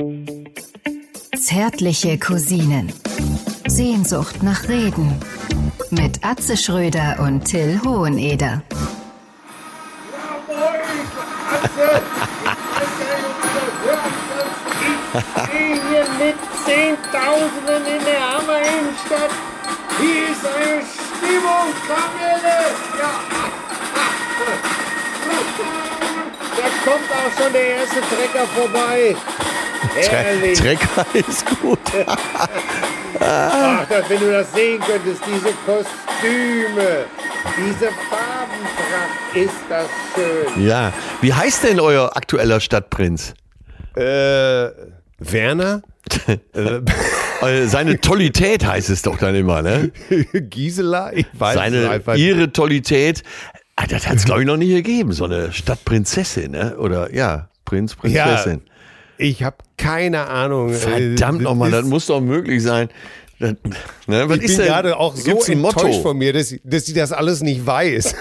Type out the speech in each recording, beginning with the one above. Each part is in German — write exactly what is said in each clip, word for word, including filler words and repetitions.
Zärtliche Cousinen. Sehnsucht nach Reden. Mit Atze Schröder und Till Hoheneder. Ich stehe hier mit Zehntausenden in der Hammer Innenstadt. Hier ist eine Stimmung, Kamelle. Ja. Da kommt auch schon der erste Trecker vorbei. Herrlich. Trecker ist gut. Ach, das, wenn du das sehen könntest, diese Kostüme, diese Farbenpracht, ist das schön. Ja. Wie heißt denn euer aktueller Stadtprinz? Äh, Werner? Seine Tollität heißt es doch dann immer, ne? Gisela? Ich weiß Seine, es einfach ihre Tollität. Ah, das hat es, glaube ich, noch nie gegeben. So eine Stadtprinzessin, ne? Oder, ja, Prinz, Prinzessin. Ja, ich habe keine Ahnung. Verdammt äh, nochmal, das muss doch möglich sein. Das, ne, was ich ist bin denn, gerade auch so gibt's ein enttäuscht Motto? von mir, dass, dass sie das alles nicht weiß.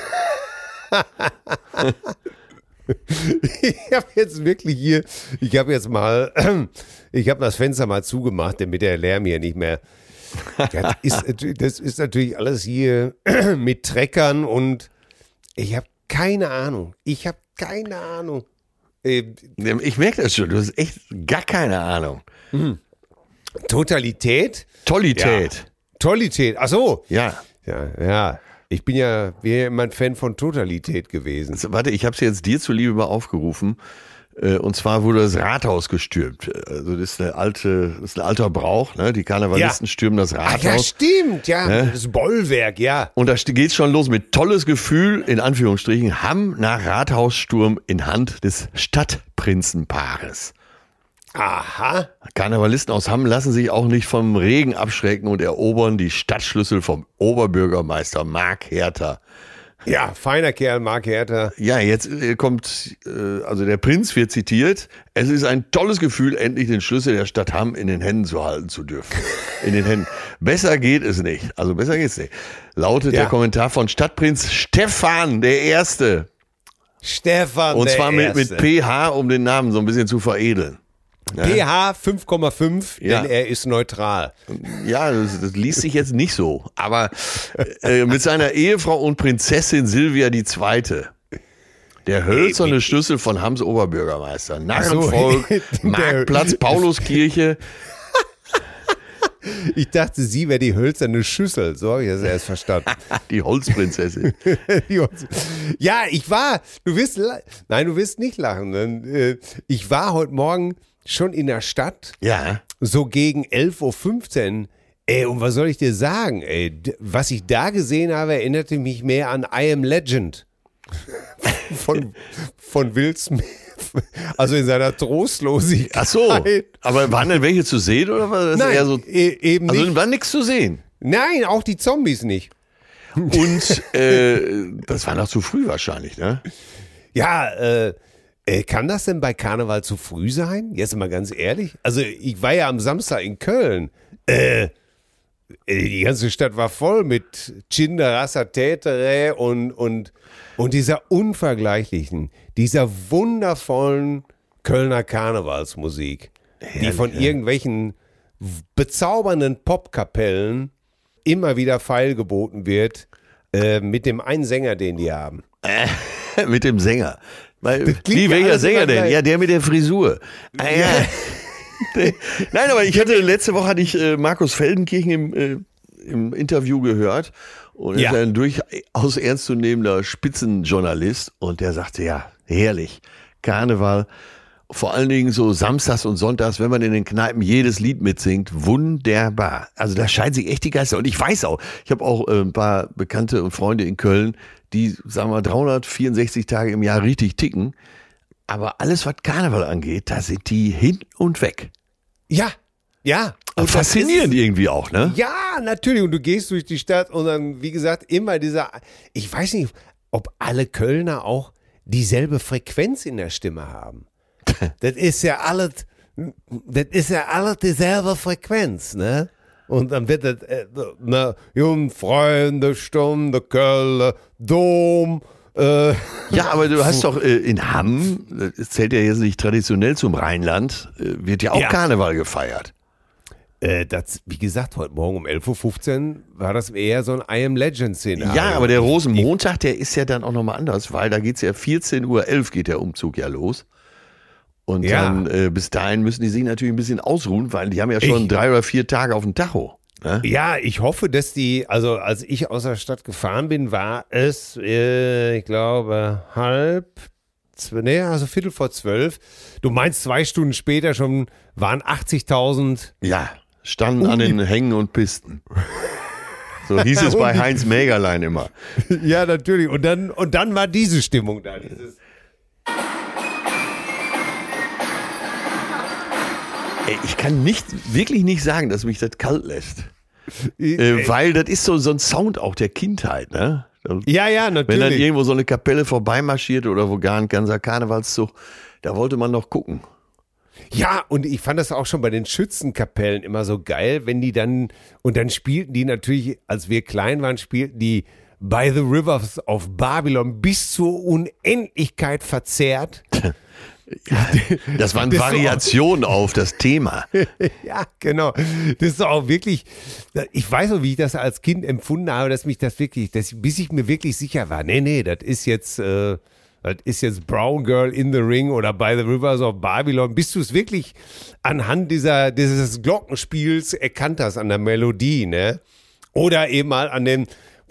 Ich habe jetzt wirklich hier, ich habe jetzt mal, ich habe das Fenster mal zugemacht, damit der Lärm hier nicht mehr. Das ist, das ist natürlich alles hier mit Treckern und ich habe keine Ahnung. Ich habe keine Ahnung. Ich merke das schon, du hast echt gar keine Ahnung. Hm. Totalität? Tollität. Ja. Tollität, ach so. Ja. Ja, ja. Ich bin ja wie immer ein Fan von Totalität gewesen. Also, warte, ich habe es jetzt dir zuliebe mal aufgerufen. Und zwar wurde das Rathaus gestürmt. Also das ist eine alte, das ist ein alter Brauch, ne? Die Karnevalisten ja. stürmen das Rathaus. Ach ja, stimmt, ja. Ne? Das Bollwerk, ja. Und da geht's schon los mit tolles Gefühl, in Anführungsstrichen, Hamm nach Rathaussturm in Hand des Stadtprinzenpaares. Aha. Karnevalisten aus Hamm lassen sich auch nicht vom Regen abschrecken und erobern die Stadtschlüssel vom Oberbürgermeister Marc Herter. Ja, feiner Kerl, Marc Herter. Ja, jetzt kommt, also der Prinz wird zitiert. Es ist ein tolles Gefühl, endlich den Schlüssel der Stadt Hamm in den Händen zu halten zu dürfen. In den Händen. Besser geht es nicht. Also besser geht's nicht. Lautet ja. der Kommentar von Stadtprinz Stefan der Erste. Stefan Und der zwar mit, Erste. mit P H, um den Namen so ein bisschen zu veredeln. Ja. P H fünf Komma fünf, ja. denn er ist neutral. Ja, das, das liest sich jetzt nicht so. Aber äh, mit seiner Ehefrau und Prinzessin Silvia die Zweite. Der hölzerne Schlüssel von Hamms Oberbürgermeister. Narrenvolk, so. Marktplatz, Pauluskirche. Ich dachte, sie wäre die hölzerne Schüssel. So habe ich das erst verstanden. Die Holzprinzessin. Die Holz- ja, ich war, du wirst, nein, du wirst nicht lachen. Ich war heute Morgen schon in der Stadt. Ja. So gegen elf Uhr fünfzehn. Ey, und was soll ich dir sagen? Ey, was ich da gesehen habe, erinnerte mich mehr an I Am Legend. Von, von Will Smith. Also in seiner Trostlosigkeit. Ach so, aber waren denn welche zu sehen oder war das Nein, eher so? E- eben also nicht. war nichts zu sehen. Nein, auch die Zombies nicht. Und äh, das war noch zu früh wahrscheinlich, ne? Ja, äh, äh, kann das denn bei Karneval zu früh sein? Jetzt mal ganz ehrlich. Also ich war ja am Samstag in Köln. Äh, die ganze Stadt war voll mit Cinderassa Tätere und, und, und dieser unvergleichlichen, dieser wundervollen Kölner Karnevalsmusik, Herrlich, die von ja. irgendwelchen bezaubernden Popkapellen immer wieder feilgeboten wird, äh, mit dem einen Sänger, den die haben. Äh, mit dem Sänger. Weil, wie, welcher Sänger denn? Ja, der mit der Frisur. Ah, ja. Nein, aber ich hatte, letzte Woche hatte ich äh, Markus Feldenkirchen im, äh, im Interview gehört und er ja. ist ein durchaus ernstzunehmender Spitzenjournalist und der sagte, ja, herrlich, Karneval, vor allen Dingen so samstags und sonntags, wenn man in den Kneipen jedes Lied mitsingt, wunderbar. Also da scheint sich echt die Geister. Und ich weiß auch, ich habe auch äh, ein paar Bekannte und Freunde in Köln, die, sagen wir, dreihundertvierundsechzig Tage im Jahr richtig ticken. Aber alles, was Karneval angeht, da sind die hin und weg. Ja, ja. Und faszinierend irgendwie auch, ne? Ja, natürlich. Und du gehst durch die Stadt und dann, wie gesagt, immer dieser, ich weiß nicht, ob alle Kölner auch dieselbe Frequenz in der Stimme haben. Das ist ja alles, das ist ja alles dieselbe Frequenz, ne? Und dann wird das, äh, ne, Jungfreunde, Stunde, Köln, Dom, Äh, Ja, aber du hast doch äh, in Hamm, das zählt ja jetzt nicht traditionell zum Rheinland, äh, wird ja auch Ja. Karneval gefeiert. äh, das, wie gesagt, heute Morgen um elf Uhr fünfzehn war das eher so ein I Am Legend-Szenario. Ja, aber der Rosenmontag, der ist ja dann auch nochmal anders, weil da geht's ja vierzehn Uhr elf geht der Umzug ja los. Und Ja. dann äh, bis dahin müssen die sich natürlich ein bisschen ausruhen, weil die haben ja schon Ich- drei oder vier Tage auf dem Tacho. Ne? Ja, ich hoffe, dass die, also als ich aus der Stadt gefahren bin, war es, äh, ich glaube, halb, zw- nee, also Viertel vor zwölf. Du meinst zwei Stunden später schon waren achtzigtausend. Ja, standen an den Hängen und Pisten. So hieß es bei Heinz Mägerlein immer. Ja, natürlich. Und dann, und dann war diese Stimmung da. Dieses, Ey, ich kann nicht, wirklich nicht sagen, dass mich das kalt lässt. äh, Äh, weil das ist so, so ein Sound auch der Kindheit, ne? ja, ja, Wenn dann natürlich. irgendwo so eine Kapelle vorbeimarschiert oder wo gar ein ganzer Karnevalszug, da wollte man noch gucken. Ja, und ich fand das auch schon bei den Schützenkapellen immer so geil, wenn die dann, und dann spielten die natürlich, als wir klein waren, spielten die By the Rivers of Babylon bis zur Unendlichkeit verzerrt. Das waren Das ist so- Variationen auf das Thema. Ja, genau. Das ist doch auch wirklich, ich weiß noch, wie ich das als Kind empfunden habe, dass mich das wirklich, dass, bis ich mir wirklich sicher war, nee, nee, das ist jetzt, äh, das ist jetzt Brown Girl in the Ring oder By the Rivers of Babylon, bis du es wirklich anhand dieser, dieses Glockenspiels erkannt hast, an der Melodie, ne? Oder eben mal an den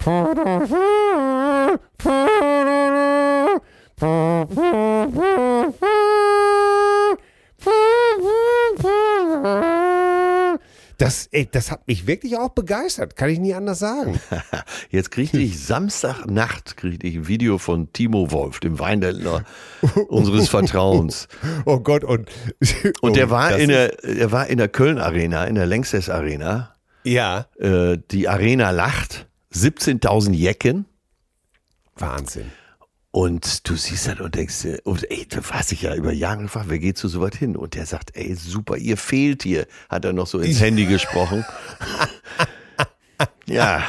Das, ey, das hat mich wirklich auch begeistert, kann ich nie anders sagen. Jetzt kriegte ich Samstagnacht kriegte ich ein Video von Timo Wolf, dem Weinhändler unseres Vertrauens. Oh Gott, und, Und der oh, war das in ist- der, der war in der Köln Arena, in der Lanxess Arena. Ja, Äh, die Arena lacht, siebzehntausend Jecken. Wahnsinn. Und du siehst das und denkst dir, und ey, da weiß ich ja über Jahre gefragt, wer geht zu so weit hin? Und der sagt, ey, super, ihr fehlt hier, hat er noch so ins Handy gesprochen. Ja,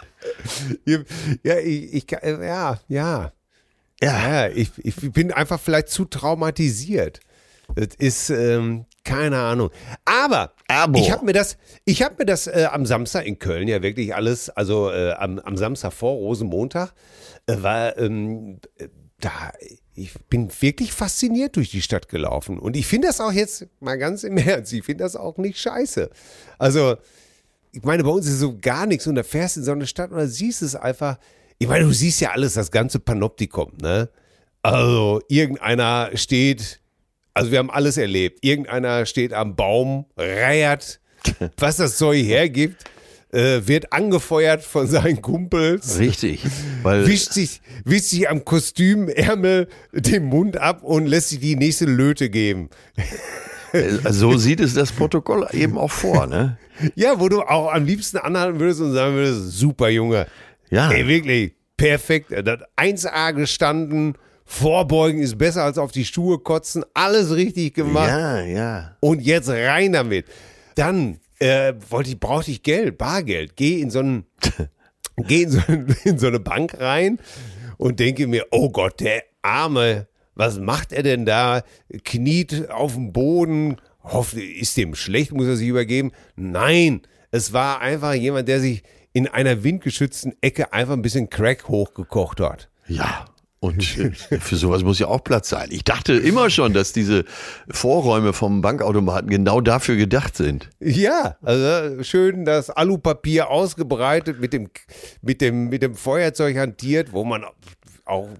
Ja, ich, ich kann- ja, ja. ja, Ja, ich, ich bin einfach vielleicht zu traumatisiert. Das ist, ähm, keine Ahnung. Aber Abo. ich habe mir das, ich habe mir das äh, am Samstag in Köln ja wirklich alles, also äh, am, am Samstag vor Rosenmontag, äh, war ähm, äh, da, ich bin wirklich fasziniert durch die Stadt gelaufen. Und ich finde das auch jetzt mal ganz im Ernst, ich finde das auch nicht scheiße. Also, ich meine, bei uns ist so gar nichts und da fährst du in so eine Stadt und da siehst es einfach. Ich meine, du siehst ja alles, das ganze Panoptikum, ne? Also, irgendeiner steht, also wir haben alles erlebt. Irgendeiner steht am Baum, reiert, was das Zeug hergibt, äh, wird angefeuert von seinen Kumpels, richtig. Weil wischt sich, wischt sich am Kostümärmel den Mund ab und lässt sich die nächste Löte geben. äh, so sieht es das Protokoll eben auch vor, ne? Ja, wo du auch am liebsten anhalten würdest und sagen würdest, super Junge. Ja. Ey, wirklich, perfekt. Das eins A gestanden, vorbeugen ist besser als auf die Schuhe kotzen, alles richtig gemacht. Ja, ja. Und jetzt rein damit. Dann äh, wollte ich, brauchte ich Geld, Bargeld. Geh in so einen, geh in so, in so eine Bank rein und denke mir, oh Gott, der Arme, was macht er denn da? Kniet auf dem Boden, hofft, ist dem schlecht, muss er sich übergeben? Nein, es war einfach jemand, der sich in einer windgeschützten Ecke einfach ein bisschen Crack hochgekocht hat. Ja. Und äh, für sowas muss ja auch Platz sein. Ich dachte immer schon, dass diese Vorräume vom Bankautomaten genau dafür gedacht sind. Ja, also schön das Alupapier ausgebreitet, mit dem, mit dem, mit dem Feuerzeug hantiert, wo man auch,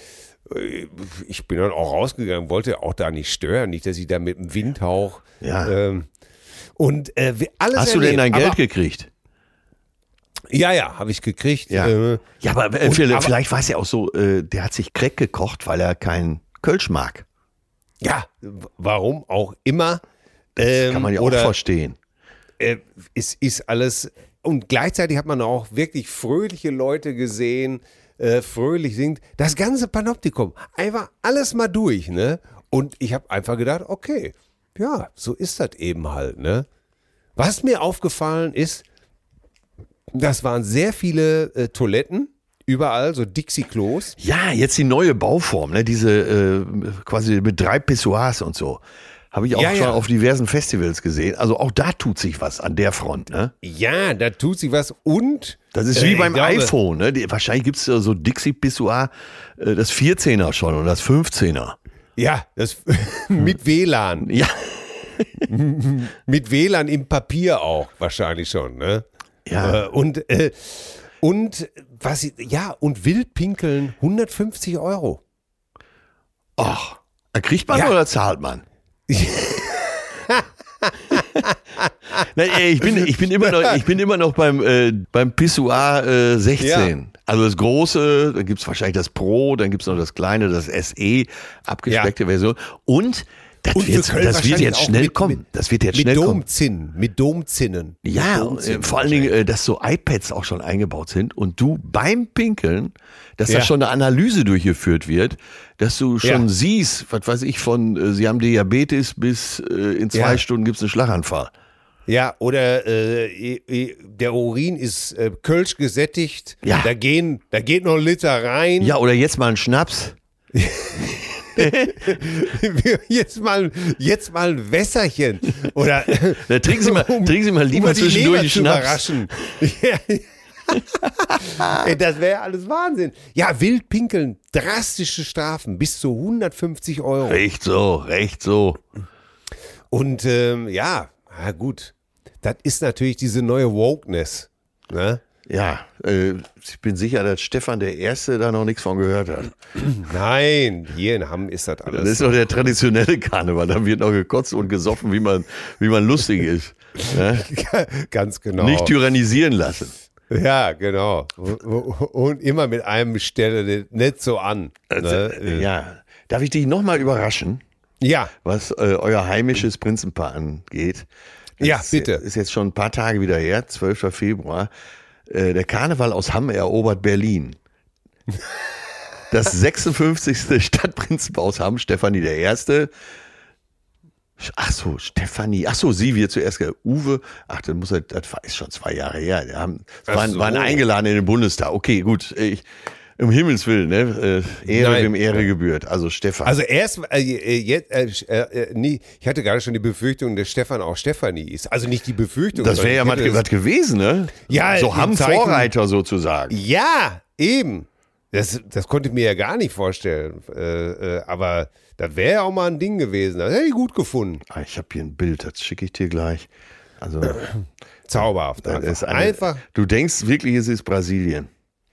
ich bin dann auch rausgegangen, wollte auch da nicht stören, nicht, dass ich da mit dem Windhauch, Ja. ähm, und äh, wir- alles Hast du denn dein erlebt, Geld aber, gekriegt? Ja, ja, habe ich gekriegt. Ja. Äh, Ja, aber, äh, und- vielleicht, aber- vielleicht war es ja auch so, äh, der hat sich Crack gekocht, weil er kein Kölsch mag. ja, warum auch immer. Ähm, Kann man ja auch oder, verstehen. äh, es ist alles, und gleichzeitig hat man auch wirklich fröhliche Leute gesehen, äh, fröhlich singt. Das ganze Panoptikum, einfach alles mal durch, ne? Und ich habe einfach gedacht, okay, ja, so ist das eben halt, ne? Was mir aufgefallen ist, das waren sehr viele äh, Toiletten, überall, so Dixie-Klos. Ja, jetzt die neue Bauform, ne? Diese äh, quasi mit drei Pissoirs und so. Habe ich auch Ja, schon ja. auf diversen Festivals gesehen. Also auch da tut sich was an der Front, ne? Ja, da tut sich was und Das ist äh, wie ich beim glaube, iPhone, ne? Die, wahrscheinlich gibt es so Dixie-Pissoir, äh, das vierzehner schon und das fünfzehner. Ja, das mit W L A N. Ja. Mit W L A N im Papier auch wahrscheinlich schon, ne? Ja. Äh, und, äh, und was, ich- ja, und Wildpinkeln hundertfünfzig Euro. Ach, kriegt man Ja. oder zahlt man? Nein, ey, ich bin, ich bin immer noch, ich bin immer noch beim, äh, beim Pissoir äh, sechzehn. Also das große, dann gibt's wahrscheinlich das Pro, dann gibt's noch das kleine, das S E, abgespeckte Version. Und das, Und für wird, Köln das wird wahrscheinlich jetzt auch schnell mit- kommen. Das wird jetzt Mit schnell kommen. Domzinnen, mit Domzinnen. Ja, Mit und, äh, Domzinnen vor allen Dingen, äh, dass so iPads auch schon eingebaut sind und du beim Pinkeln, dass Ja. da schon eine Analyse durchgeführt wird, dass du schon Ja. siehst, was weiß ich, von äh, sie haben Diabetes bis äh, in zwei Ja. Stunden gibt's einen Schlaganfall. Ja, oder äh, eh- eh, der Urin ist äh, Kölsch gesättigt. Ja. Da gehen, da geht noch ein Liter rein. Ja, oder jetzt mal einen Schnaps. jetzt mal, jetzt mal ein Wässerchen. Oder Na, trinken Sie mal, um- trinken Sie mal um lieber mal die zwischendurch Leber einen zu Schnaps. überraschen. Ey, das wäre alles Wahnsinn. Ja, Wildpinkeln, drastische Strafen, bis zu hundertfünfzig Euro. Recht so, recht so. Und ähm, ja, na gut, das ist natürlich diese neue Wokeness. Ne? Ja, äh, ich bin sicher, dass Stefan der Erste da noch nichts von gehört hat. Nein, hier in Hamm ist das Das alles. ist doch der traditionelle Karneval. Da wird noch gekotzt und gesoffen, wie man, wie man lustig ist. Ne? Ganz genau. Nicht tyrannisieren lassen. Ja, genau. Und immer mit einem Stelle nicht so an. Ne? Äh, Ja, darf ich dich nochmal überraschen, Ja, was äh, euer heimisches Prinzenpaar angeht? Das Ja, bitte. Ist jetzt schon ein paar Tage wieder her, zwölfter Februar. Äh, der Karneval aus Hamm erobert Berlin. Das sechsundfünfzigste Stadtprinzenpaar aus Hamm, Stefanie der Erste. Ach so, Stefanie. Ach so, sie wird zuerst, ge- Uwe. Ach, das muss er, das war- ist schon zwei Jahre her. Die haben, Ach waren, so. waren eingeladen in den Bundestag. Okay, gut. Ich, um Himmels Willen, ne? Äh, Ehre, Nein. wem Ehre gebührt. Also Stefan. also erst, äh, äh, jetzt, äh, äh, nie, ich hatte gerade schon die Befürchtung, dass Stefan auch Stefanie ist. Also nicht die Befürchtung. das wäre ja sondern mal ich hätte was gewesen, ne? Ja, so im Hamm Zeichen- Vorreiter sozusagen. das- Ja, eben. Das, das konnte ich mir ja gar nicht vorstellen. Äh, äh, aber das wäre ja auch mal ein Ding gewesen. Das hätte ich gut gefunden. Ah, ich habe hier ein Bild, das schicke ich dir gleich. Also, Zauberhaft. das Einfach. ist eine, einfach. Du denkst wirklich, es ist Brasilien.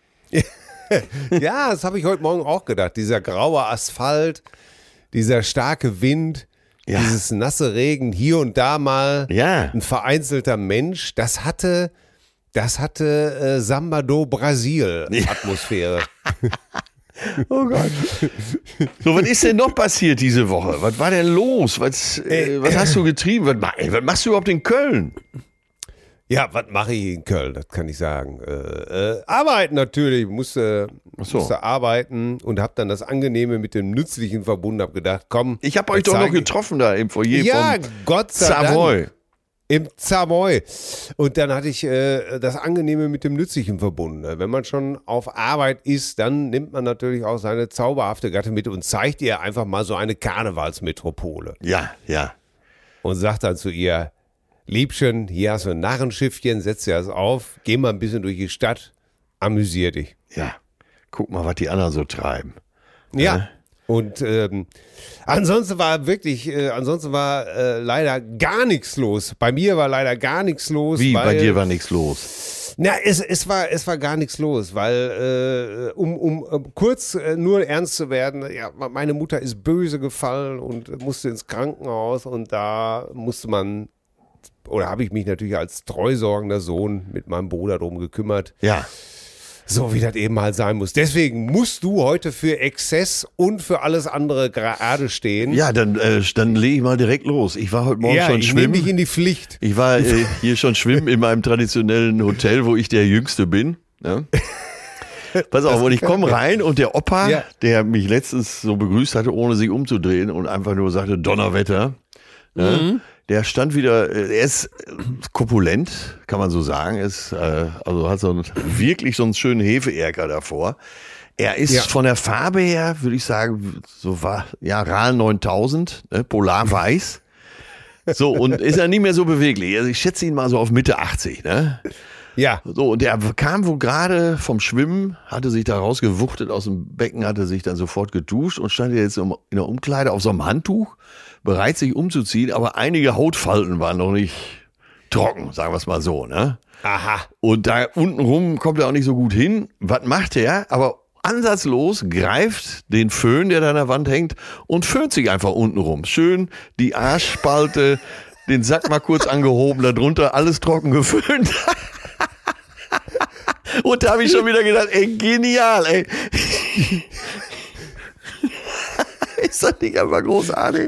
Ja, das habe ich heute Morgen auch gedacht. Dieser graue Asphalt, dieser starke Wind, Ja. dieses nasse Regen, hier und da mal Ja. ein vereinzelter Mensch. Das hatte, das hatte äh, Samba do Brasil Atmosphäre. Oh Gott. So, was ist denn noch passiert diese Woche? Was war denn los? Was, äh, was hast du getrieben? Was, ma- ey, was machst du überhaupt in Köln? Ja, was mache ich in Köln? Das kann ich sagen. Äh, äh, arbeiten natürlich, musste, Ach so. musste arbeiten und habe dann das Angenehme mit dem Nützlichen verbunden. Habe gedacht, komm, Ich habe euch jetzt doch noch zeige ich- getroffen da im Foyer Ja, vom Gott sei Savoy. Dank. Im Savoy. Und dann hatte ich äh, das Angenehme mit dem Nützlichen verbunden. Wenn man schon auf Arbeit ist, dann nimmt man natürlich auch seine zauberhafte Gatte mit und zeigt ihr einfach mal so eine Karnevalsmetropole. Ja, ja. Und sagt dann zu ihr, Liebchen, hier hast du ein Narrenschiffchen, setz dir das auf, geh mal ein bisschen durch die Stadt, amüsier dich. Ja. Guck mal, was die anderen so treiben. Ja. Und ähm, ansonsten war wirklich, äh, ansonsten war äh, leider gar nichts los. Bei mir war leider gar nichts los. Wie, weil, bei dir war nichts los? Na, es, es, war, es war gar nichts los, weil, äh, um, um, um kurz äh, nur ernst zu werden, ja, meine Mutter ist böse gefallen und musste ins Krankenhaus und da musste man, oder habe ich mich natürlich als treusorgender Sohn mit meinem Bruder drum gekümmert. Ja. So wie das eben halt sein muss. Deswegen musst du heute für Exzess und für alles andere gerade stehen. Ja, dann, äh, dann lege ich mal direkt los. Ich war heute Morgen ja schon ich nehme dich schwimmen. in die Pflicht. Ich war äh, hier schon schwimmen in meinem traditionellen Hotel, wo ich der Jüngste bin. Ja. Pass auf, und ich komme rein und der Opa, Ja. der mich letztens so begrüßt hatte, ohne sich umzudrehen und einfach nur sagte Donnerwetter, ne? Der stand wieder, er ist korpulent, kann man so sagen. Ist, äh, also hat so einen, wirklich so einen schönen Hefeerker davor. Er ist ja. von der Farbe her, würde ich sagen, so war, ja, RAL neuntausend, ne, Polarweiß. So, und ist er nicht mehr so beweglich. Also ich schätze ihn mal so auf Mitte achtzig, ne? Ja. So, und der kam wohl gerade vom Schwimmen, hatte sich da rausgewuchtet aus dem Becken, hatte sich dann sofort geduscht und stand jetzt in der Umkleide auf so einem Handtuch, bereit sich umzuziehen, aber einige Hautfalten waren noch nicht trocken, sagen wir es mal so, ne? Aha. Und da unten rum kommt er auch nicht so gut hin. Was macht er? Aber ansatzlos greift den Föhn, der da an der Wand hängt, und föhnt sich einfach unten rum. Schön die Arschspalte, den Sack mal kurz angehoben, darunter alles trocken geföhnt. Und da habe ich schon wieder gedacht, ey, genial, ey. Ist das nicht einfach großartig?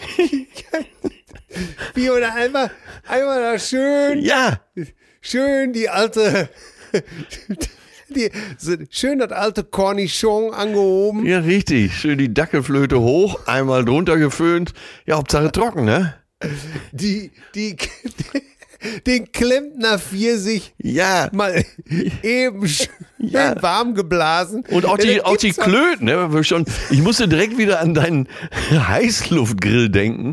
Wie oder einmal, einmal da schön, Ja. schön die alte, die, so, schön das alte Cornichon angehoben. Ja, richtig. Schön die Dackelflöte hoch, einmal drunter geföhnt. Ja, Hauptsache trocken, ne? Die, die, den Klempner Pfirsich Ja. mal eben schön Ja. warm geblasen. Und auch die, auch die Klöten, ne? Wir schon, ich musste direkt wieder an deinen Heißluftgrill denken.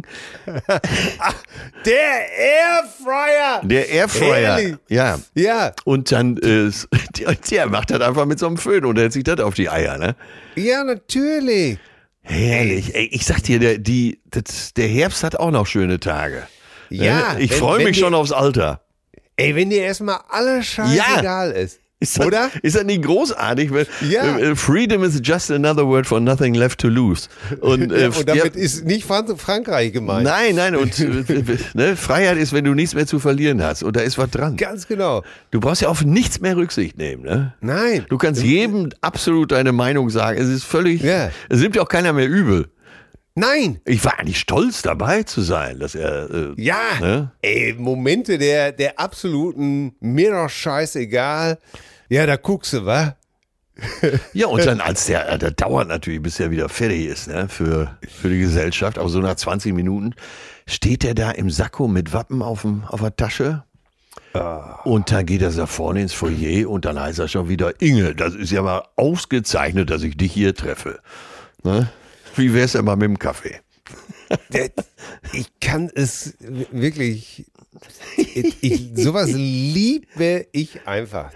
Der Airfryer. Der Airfryer. Ehrlich? Ja. Ja, Und dann, äh, der, der macht das einfach mit so einem Föhn und hält sich das auf die Eier, ne? ja, natürlich. Herrlich. Ey, ich sag dir, der, die, das, der Herbst hat auch noch schöne Tage. Ja, Ne? Ich wenn- freue wenn mich die- schon aufs Alter. Ey, wenn dir erstmal alles scheißegal ist. Ist das, Oder? Ist das nicht großartig? Weil, Ja. äh, Freedom is just another word for nothing left to lose. Und, äh, Ja, und damit ja, ist nicht Franz Frankreich gemeint. nein, nein, und äh, ne, Freiheit ist, wenn du nichts mehr zu verlieren hast. Und da ist was dran. Ganz genau. Du brauchst ja auf nichts mehr Rücksicht nehmen. Ne? Nein. Du kannst jedem absolut deine Meinung sagen. Es ist völlig, Ja. es nimmt ja auch keiner mehr übel. Nein. Ich war eigentlich stolz dabei zu sein, dass er, äh, Ja. Ne? Ey, Momente der, der absoluten, mir doch scheißegal. Ja, da guckst du, wa? ja, und dann als der, äh, der dauert natürlich, bis er wieder fertig ist, ne, für, für die Gesellschaft. Aber so nach zwanzig Minuten steht er da im Sakko mit Wappen auf, dem, auf der Tasche. Und dann geht er da vorne ins Foyer und dann heißt er schon wieder, Inge, das ist ja mal ausgezeichnet, dass ich dich hier treffe. Ne? Wie wär's denn mal mit dem Kaffee? Der, ich kann es wirklich. Ich, ich, sowas liebe ich einfach.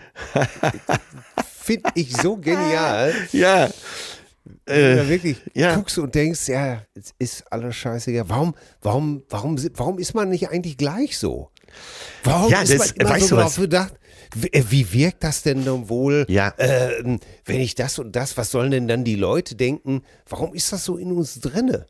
Finde ich so genial. Ja. Wenn du wirklich ja. guckst und denkst, ja, es ist alles scheißegal. Warum, warum, warum, warum ist man nicht eigentlich gleich so? Warum Ja, ist das- man immer weißt so du darauf was? bedacht? Wie, wie wirkt das denn dann wohl? Ja. Ähm, wenn ich das und das, was sollen denn dann die Leute denken? Warum ist das so in uns drinne?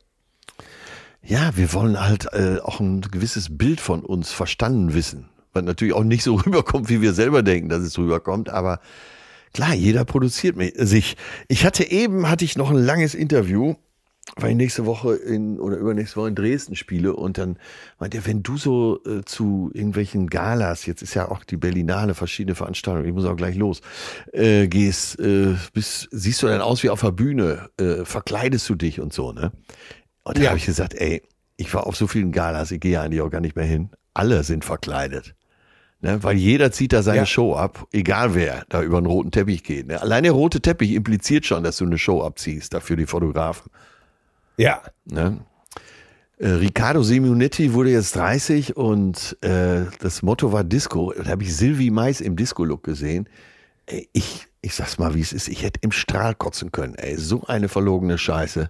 Ja, wir wollen halt äh, auch ein gewisses Bild von uns verstanden wissen. Was natürlich auch nicht so rüberkommt, wie wir selber denken, dass es rüberkommt. Aber klar, jeder produziert mi- sich. Ich hatte eben, hatte ich noch ein langes Interview, weil ich nächste Woche in oder übernächste Woche in Dresden spiele. Und dann meint er, wenn du so äh, zu irgendwelchen Galas, jetzt ist ja auch die Berlinale, verschiedene Veranstaltungen, ich muss auch gleich los, äh, gehst, äh, bist, siehst du dann aus wie auf der Bühne, äh, verkleidest du dich und so, ne? Und da Ja. habe ich gesagt, ey, ich war auf so vielen Galas, ich gehe ja eigentlich auch gar nicht mehr hin. Alle sind verkleidet. Ne? Weil jeder zieht da seine Ja. Show ab, egal wer da über einen roten Teppich geht. Ne? Allein der rote Teppich impliziert schon, dass du eine Show abziehst, dafür die Fotografen. Ja. Ne? Äh, Riccardo Simeonetti wurde jetzt dreißig und äh, das Motto war Disco. Da habe ich Sylvie Mais im Disco-Look gesehen. Ey, ich, ich sag's mal, wie es ist. Ich hätte im Strahl kotzen können. Ey, so eine verlogene Scheiße.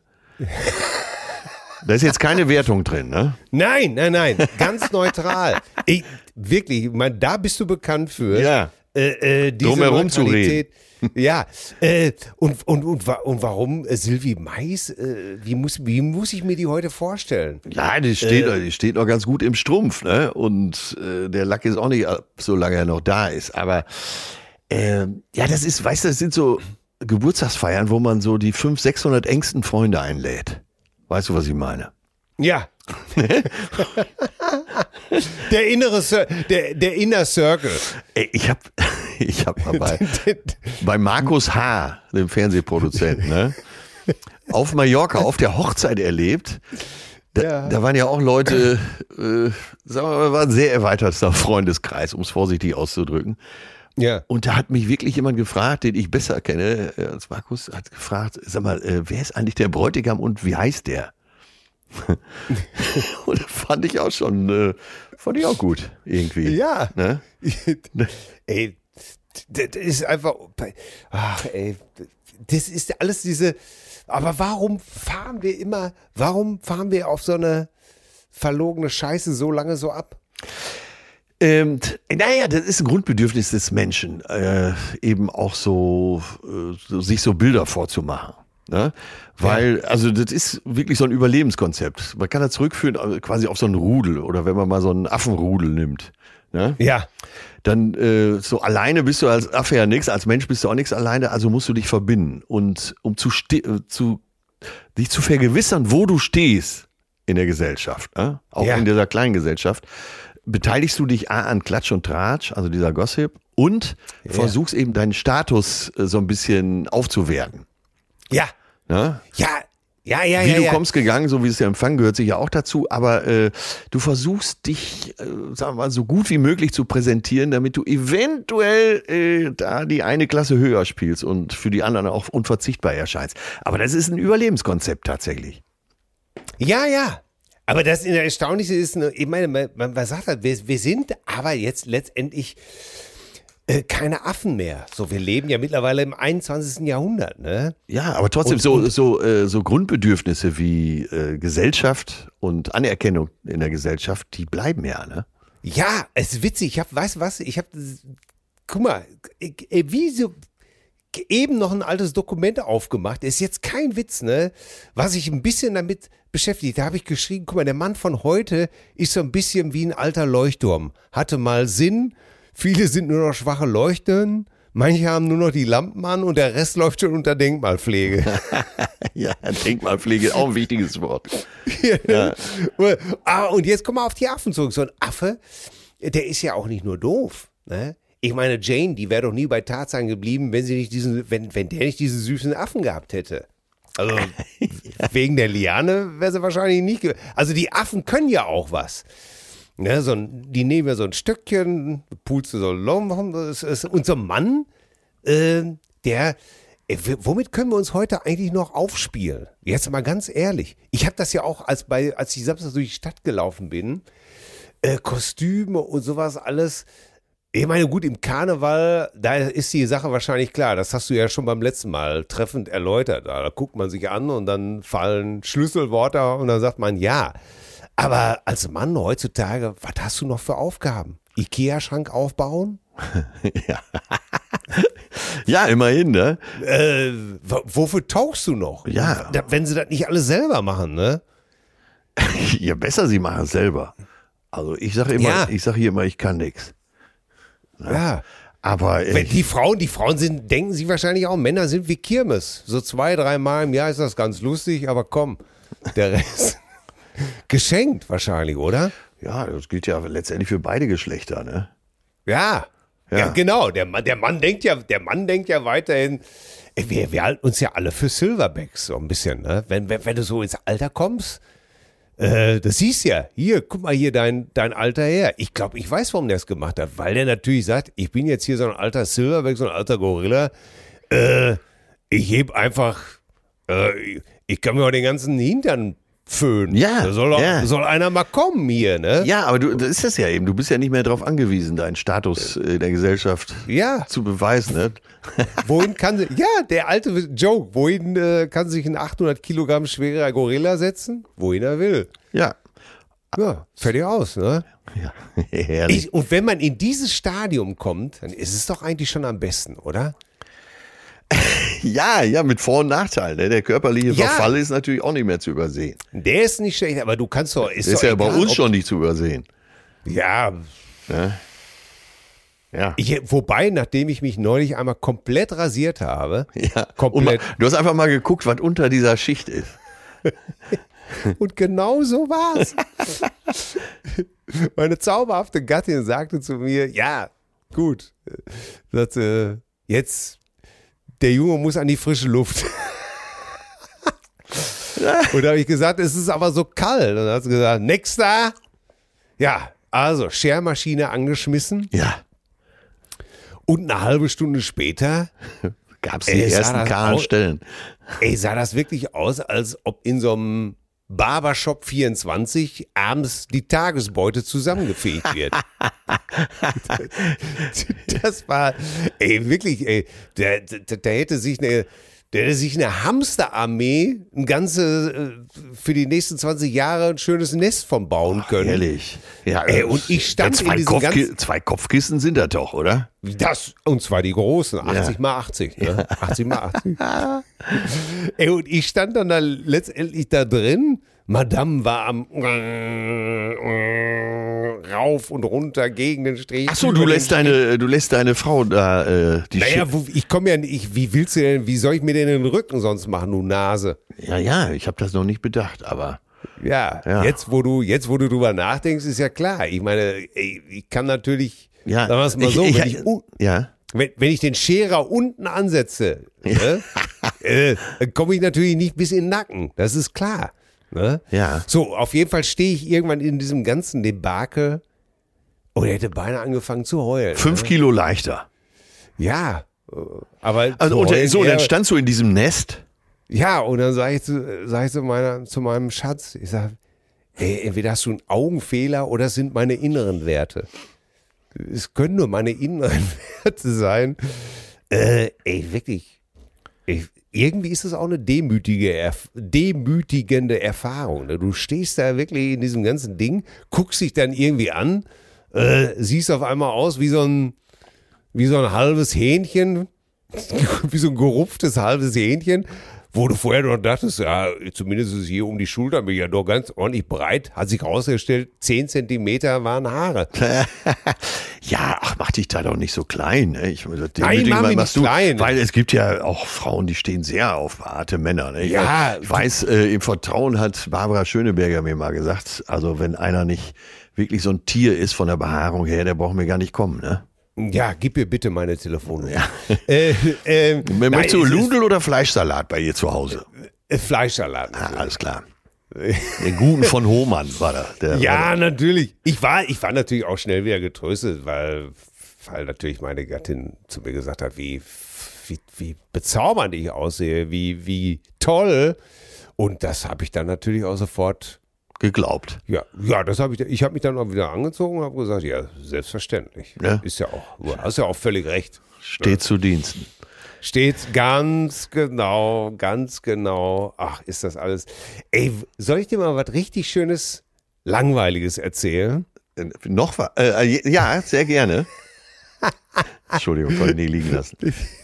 Da ist jetzt keine Wertung drin, ne? Nein, nein, nein, ganz neutral. Ich, wirklich, ich meine, da bist du bekannt für. Ja. Äh, äh, diese Drumherum zu Neutralität. Ja, äh, und, und, und, wa- und warum äh, Sylvie Mais? Äh, wie, muss, wie muss ich mir die heute vorstellen? Ja, die steht, die steht noch ganz gut im Strumpf, ne? Und äh, der Lack ist auch nicht, ab, solange er noch da ist. Aber äh, ja, das ist, weißt du, das sind so Geburtstagsfeiern, wo man so die fünfhundert, sechshundert engsten Freunde einlädt. Weißt du, was ich meine? Ja. der innere Cir- der, der Inner Circle. Ey, ich hab, ich hab mal bei, bei Markus H., dem Fernsehproduzenten, ne? Auf Mallorca, auf der Hochzeit erlebt. Da, Ja. da waren ja auch Leute, äh, sagen wir mal, war ein sehr erweiterter Freundeskreis, um es vorsichtig auszudrücken. Ja. Und da hat mich wirklich jemand gefragt, den ich besser kenne äh, als Markus, hat gefragt, sag mal, äh, wer ist eigentlich der Bräutigam und wie heißt der? Und das fand ich auch schon, äh, fand ich auch gut, irgendwie. Ja. Ne? Ey, das ist einfach, ach ey, das ist alles diese, aber warum fahren wir immer, warum fahren wir auf so eine verlogene Scheiße so lange so ab? Ähm, naja, das ist ein Grundbedürfnis des Menschen, äh, eben auch so, äh, so, sich so Bilder vorzumachen. Ne? Weil, also das ist wirklich so ein Überlebenskonzept. Man kann das zurückführen also quasi auf so einen Rudel oder wenn man mal so einen Affenrudel nimmt. Ne? Ja. Dann äh, so alleine bist du als Affe ja nichts, als Mensch bist du auch nichts alleine, also musst du dich verbinden. Und um zu, ste- äh, zu dich zu vergewissern, wo du stehst in der Gesellschaft, ne? Auch Ja. in dieser kleinen Gesellschaft, beteiligst du dich A an Klatsch und Tratsch, also dieser Gossip, und Ja. versuchst eben deinen Status äh, so ein bisschen aufzuwerten. Ja. Ne? Ja. Ja, ja, Wie ja. du ja. kommst gegangen, so wie es ja empfangen gehört sicher auch dazu, aber äh, du versuchst dich, äh, sagen wir mal, so gut wie möglich zu präsentieren, damit du eventuell äh, da die eine Klasse höher spielst und für die anderen auch unverzichtbar erscheinst. Aber das ist ein Überlebenskonzept tatsächlich. Ja, ja. Aber das Erstaunliche ist, ne, ich meine, man, man man sagt halt, wir, wir sind aber jetzt letztendlich äh, keine Affen mehr. So, wir leben ja mittlerweile im einundzwanzigsten Jahrhundert, ne? Ja, aber trotzdem Und- so, und- so, äh, so Grundbedürfnisse wie äh, Gesellschaft und Anerkennung in der Gesellschaft, die bleiben ja, ne? Ja, es ist witzig. Ich hab, weißt du was? Ich hab, guck mal, ich, wie so eben noch ein altes Dokument aufgemacht. Ist jetzt kein Witz, ne? Was ich ein bisschen damit beschäftigt. Da habe ich geschrieben, guck mal, der Mann von heute ist so ein bisschen wie ein alter Leuchtturm. Hatte mal Sinn. Viele sind nur noch schwache Leuchten. Manche haben nur noch die Lampen an und der Rest läuft schon unter Denkmalpflege. Ja, Denkmalpflege, auch ein wichtiges Wort. Ja. Ah, und jetzt kommen wir auf die Affen zurück. So ein Affe, der ist ja auch nicht nur doof. Ne? Ich meine, Jane, die wäre doch nie bei Tarzan geblieben, wenn sie nicht diesen, wenn, wenn der nicht diese süßen Affen gehabt hätte. Also wegen der Liane wäre sie wahrscheinlich nicht. Ge- also die Affen können ja auch was. Ne, so ein, die nehmen ja so ein Stückchen, pulst du so Lom, das ist- und so ein Mann, äh, der, äh, w- womit können wir uns heute eigentlich noch aufspielen? Jetzt mal ganz ehrlich. Ich habe das ja auch, als, bei, als ich Samstag durch die Stadt gelaufen bin, äh, Kostüme und sowas alles. Ich meine, gut, im Karneval, da ist die Sache wahrscheinlich klar. Das hast du ja schon beim letzten Mal treffend erläutert. Da guckt man sich an und dann fallen Schlüsselworte und dann sagt man ja. Aber als Mann heutzutage, was hast du noch für Aufgaben? Ikea-Schrank aufbauen? Ja. Ja, immerhin, ne? Äh, w- wofür tauchst du noch? Ja. Da, wenn sie das nicht alles selber machen, ne? Ja, besser, sie machen es selber. Also ich sage immer, Ja. ich sage hier immer, ich kann nichts. Ja. Aber Wenn äh, die Frauen, die Frauen sind, denken sich wahrscheinlich auch, Männer sind wie Kirmes. So zwei, dreimal im Jahr ist das ganz lustig, aber komm, der Rest geschenkt wahrscheinlich, oder? ja, das gilt ja letztendlich für beide Geschlechter, ne? Ja. Ja, Ja. genau. Der Mann, der Mann denkt ja, der Mann denkt ja weiterhin, ey, wir, wir halten uns ja alle für Silverbacks so ein bisschen, ne? Wenn, wenn, wenn du so ins Alter kommst, äh, das siehst ja, hier, guck mal hier dein, dein alter Herr. Ich glaube, ich weiß, warum der es gemacht hat, weil der natürlich sagt, ich bin jetzt hier so ein alter Silverback, so ein alter Gorilla, äh, ich heb einfach, äh, ich kann mir auch den ganzen Hintern föhnen. Ja, Da soll, auch, ja. soll einer mal kommen hier, ne? Ja, aber du, das ist das ja eben. Du bist ja nicht mehr darauf angewiesen, deinen Status äh, der Gesellschaft Ja. zu beweisen, ne? Wohin kann sie, ja, der alte Joke, wohin äh, kann sich ein achthundert Kilogramm schwerer Gorilla setzen? Wohin er will. Ja. Ja, fertig aus, ne? Ja, herrlich. Ich, und wenn man in dieses Stadium kommt, dann ist es doch eigentlich schon am besten, oder? Ja, ja, mit Vor- und Nachteilen. Ne? Der körperliche Ja. Verfall ist natürlich auch nicht mehr zu übersehen. Der ist nicht schlecht, aber du kannst doch, ist, Das ist doch ja bei egal, uns ob- schon nicht zu übersehen. Ja, Ne? Ja. ich, wobei, nachdem ich mich neulich einmal komplett rasiert habe, Ja. Und komplett. mal, du hast einfach mal geguckt, was unter dieser Schicht ist. Und genau so war's. Meine zauberhafte Gattin sagte zu mir, ja, gut, sagte, jetzt, der Junge muss an die frische Luft. Und da habe ich gesagt, es ist aber so kalt. Und dann hat sie gesagt, nächster. Ja, also Schermaschine angeschmissen. Ja. Und eine halbe Stunde später gab es die Ey, sah ersten das kahlen aus- Stellen. Ey, sah das wirklich aus, als ob in so einem Barbershop vierundzwanzig abends die Tagesbeute zusammengefegt wird. Das war, ey, wirklich, ey, da, da, da hätte sich eine, der hätte sich eine Hamsterarmee ein ganze, äh, für die nächsten zwanzig Jahre ein schönes Nest von bauen können. Ehrlich. Ja, Ey, äh, und ich stand zwei, in diesem Kopfki- ganzen- zwei Kopfkissen sind das doch, oder? Das, und zwar die großen, achtzig mal achtzig, ne? achtzig mal achtzig. Ey, und ich stand dann da letztendlich da drin. Madame war am rauf und runter gegen den Strich. Ach so, über du den lässt Strich. deine, du lässt deine Frau da äh, die Naja, Schi- wo, ich komme ja nicht, wie willst du denn, wie soll ich mir denn den Rücken sonst machen, du Nase? Ja, ja, ich habe das noch nicht bedacht, aber Ja, Ja. jetzt wo du, jetzt wo du drüber nachdenkst, ist ja klar. Ich meine, ey, ich kann natürlich, ja. sagen wir es mal so, ich, wenn ich, ich, un- ja. wenn, wenn ich den Scherer unten ansetze, ne, äh, dann komme ich natürlich nicht bis in den Nacken. Das ist klar. Ne? Ja. So, auf jeden Fall stehe ich irgendwann in diesem ganzen Debakel und er hätte beinahe angefangen zu heulen. Fünf ne? Kilo leichter. Ja, äh, aber Also zu und, heulen so, eher- dann standst du in diesem Nest. ja, und dann sage ich, zu, sag ich zu, meiner, zu meinem Schatz, ich sage, ey, entweder hast du einen Augenfehler oder es sind meine inneren Werte. Es können nur meine inneren Werte sein. Äh, ey, wirklich. Ich, irgendwie ist es auch eine demütige, erf- demütigende Erfahrung. Ne? Du stehst da wirklich in diesem ganzen Ding, guckst dich dann irgendwie an, äh, siehst auf einmal aus wie so ein, wie so ein halbes Hähnchen, wie so ein gerupftes halbes Hähnchen, wo du vorher noch dachtest, ja, zumindest ist es hier um die Schulter, bin ich ja doch ganz ordentlich breit, hat sich herausgestellt, zehn Zentimeter waren Haare. Ja, ach, mach dich da doch nicht so klein. Ne? Ich, das Nein, Demütigen mach mich machst nicht du, klein. Weil es gibt ja auch Frauen, die stehen sehr auf behaarte Männer. Ne? Ich Ja. weiß, ich weiß äh, im Vertrauen hat Barbara Schöneberger mir mal gesagt, also wenn einer nicht wirklich so ein Tier ist von der Behaarung her, der braucht mir gar nicht kommen. Ne? Ja, gib mir bitte meine Telefonnummer. Äh, ähm, nein, Möchtest du es ist, Nudel oder Fleischsalat bei ihr zu Hause? äh, Fleischsalat. Ah, alles klar. Den guten von Hohmann war da. Der, Ja, war natürlich. Ich war, ich war natürlich auch schnell wieder getröstet, weil, weil natürlich meine Gattin zu mir gesagt hat, wie, wie, wie bezaubernd ich aussehe, wie, wie toll. Und das habe ich dann natürlich auch sofort, geglaubt. ja, ja, das habe ich, ich habe mich dann auch wieder angezogen und habe gesagt, ja, selbstverständlich. Ja. Ist ja auch, du hast ja auch völlig recht. Steht zu Diensten. Steht ganz genau, ganz genau. Ach, ist das alles. Ey, soll ich dir mal was richtig Schönes, Langweiliges erzählen? Äh, Noch was? Äh, ja, sehr gerne. Entschuldigung, konnte ich nie liegen lassen.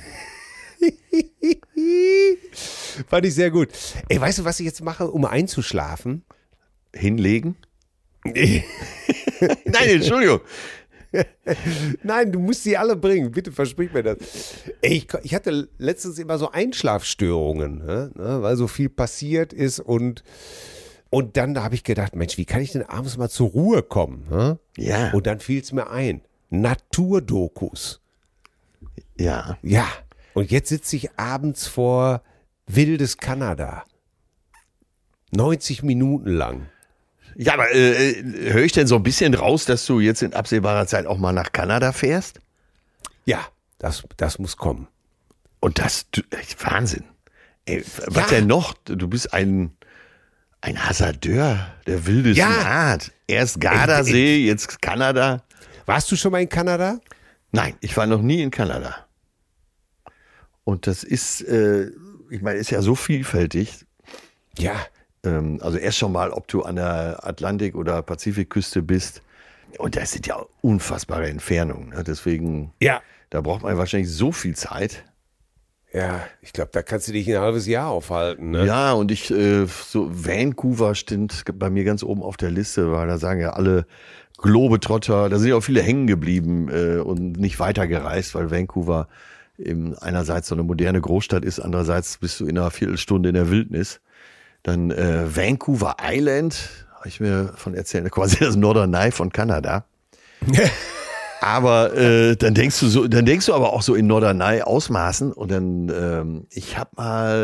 Fand ich sehr gut. Ey, weißt du, was ich jetzt mache, um einzuschlafen? Hinlegen? Nein, Entschuldigung. Nein, du musst sie alle bringen. Bitte versprich mir das. Ey, ich, ich hatte letztens immer so Einschlafstörungen, ne? Weil so viel passiert ist und, und dann habe ich gedacht, Mensch, wie kann ich denn abends mal zur Ruhe kommen? Ne? Ja. Und dann fiel es mir ein. Naturdokus. Ja. Ja. Und jetzt sitze ich abends vor Wildes Kanada. neunzig Minuten lang. Ja, aber äh, höre ich denn so ein bisschen raus, dass du jetzt in absehbarer Zeit auch mal nach Kanada fährst? Ja, das, das muss kommen. Und das, du, echt Wahnsinn. Ey, was Ja. denn noch? Du bist ein, ein Hasardeur der wildesten Ja. Art. Erst Gardasee, jetzt Kanada. Warst du schon mal in Kanada? Nein, ich war noch nie in Kanada. Und das ist, äh, ich meine, ist ja so vielfältig. Ja. Ähm, also erst schon mal, ob du an der Atlantik- oder Pazifikküste bist. Und das sind ja unfassbare Entfernungen. Ne? Deswegen, Ja. da braucht man wahrscheinlich so viel Zeit. Ja, ich glaube, da kannst du dich ein halbes Jahr aufhalten. Ne? Ja, und ich, äh, so Vancouver steht bei mir ganz oben auf der Liste, weil da sagen ja alle Globetrotter, da sind ja auch viele hängen geblieben äh, und nicht weitergereist, weil Vancouver eben einerseits so eine moderne Großstadt ist, andererseits bist du in einer Viertelstunde in der Wildnis. Dann äh, Vancouver Island, habe ich mir von erzählt, quasi das Norderney von Kanada. Aber äh, dann denkst du so, dann denkst du aber auch so in Norderney Ausmaßen und dann, ähm, ich habe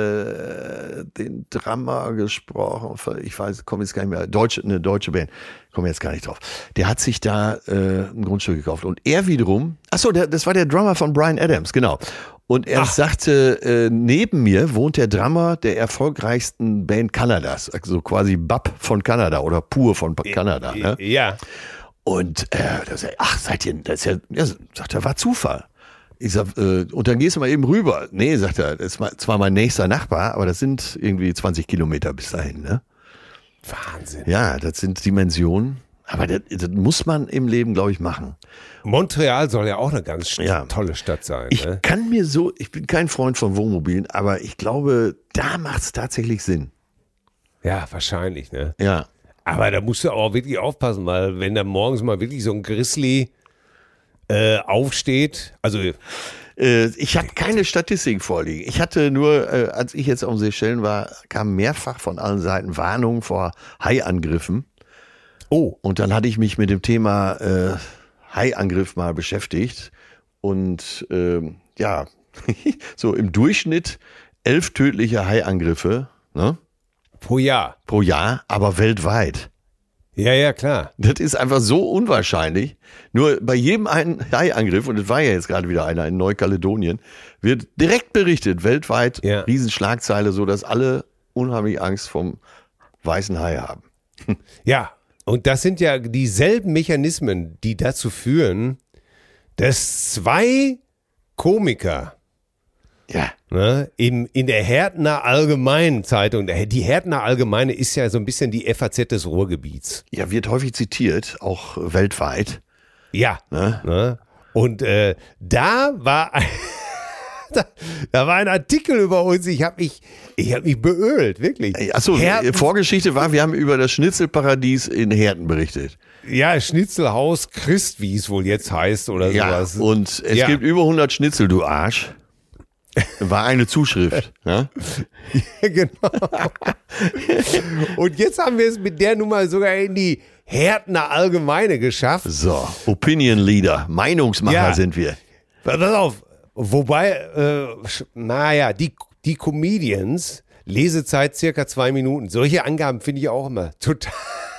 mal äh, den Drummer gesprochen, ich weiß, komme jetzt gar nicht mehr, deutsche, eine deutsche Band, komme jetzt gar nicht drauf. Der hat sich da äh, ein Grundstück gekauft und er wiederum, ach so, der, das war der Drummer von Bryan Adams, genau. Und er Ach. sagte, äh, neben mir wohnt der Drummer der erfolgreichsten Band Kanadas, also quasi Bab von Kanada oder Pur von Kanada. Ne? Ja. Und äh, da sagt, ach, seid ihr, das ist ja, ja, sagt er, war Zufall. Ich sag, äh, und dann gehst du mal eben rüber. Nee, sagt er, das ist zwar mein nächster Nachbar, aber das sind irgendwie zwanzig Kilometer bis dahin, ne? Wahnsinn. Ja, das sind Dimensionen. Aber das, das muss man im Leben, glaube ich, machen. Montreal soll ja auch eine ganz Ja. tolle Stadt sein. Ich Ne? kann mir so, ich bin kein Freund von Wohnmobilen, aber ich glaube, da macht es tatsächlich Sinn. Ja, wahrscheinlich, ne? Ja. Aber da musst du auch wirklich aufpassen, weil wenn da morgens mal wirklich so ein Grizzly äh, aufsteht, also Äh, ich habe keine Statistiken vorliegen. Ich hatte nur, äh, als ich jetzt auf den Seychellen war, kam mehrfach von allen Seiten Warnungen vor Haiangriffen. oh, Und dann hatte ich mich mit dem Thema äh, Haiangriff mal beschäftigt. Und ähm, ja, so im Durchschnitt elf tödliche Haiangriffe, ne, pro Jahr. pro Jahr, aber weltweit. Ja, ja, klar. Das ist einfach so unwahrscheinlich. Nur bei jedem einen Haiangriff, und es war ja jetzt gerade wieder einer in Neukaledonien, wird direkt berichtet, weltweit, Ja. Riesenschlagzeile, so dass alle unheimlich Angst vom weißen Hai haben. Ja, und das sind ja dieselben Mechanismen, die dazu führen, dass zwei Komiker Ja. ne, in, in der Härtner Allgemeinen Zeitung, die Härtner Allgemeine ist ja so ein bisschen die F A Z des Ruhrgebiets. Ja, wird häufig zitiert, auch weltweit. Ja. Ne? Ne? Und äh, da war ein, da, da war ein Artikel über uns, ich habe mich, ich hab mich beölt, wirklich. Achso, Herten- Vorgeschichte war, wir haben über das Schnitzelparadies in Herten berichtet. Ja, Schnitzelhaus Christ, wie es wohl jetzt heißt oder Ja, sowas. und es Ja. gibt über hundert Schnitzel, du Arsch. War eine Zuschrift. Ne? Genau. Und jetzt haben wir es mit der Nummer sogar in die Härtner Allgemeine geschafft. So, Opinion Leader, Meinungsmacher Ja. sind wir. Pass auf, wobei, äh, sch- naja, die, die Comedians, Lesezeit circa zwei Minuten. Solche Angaben finde ich auch immer total,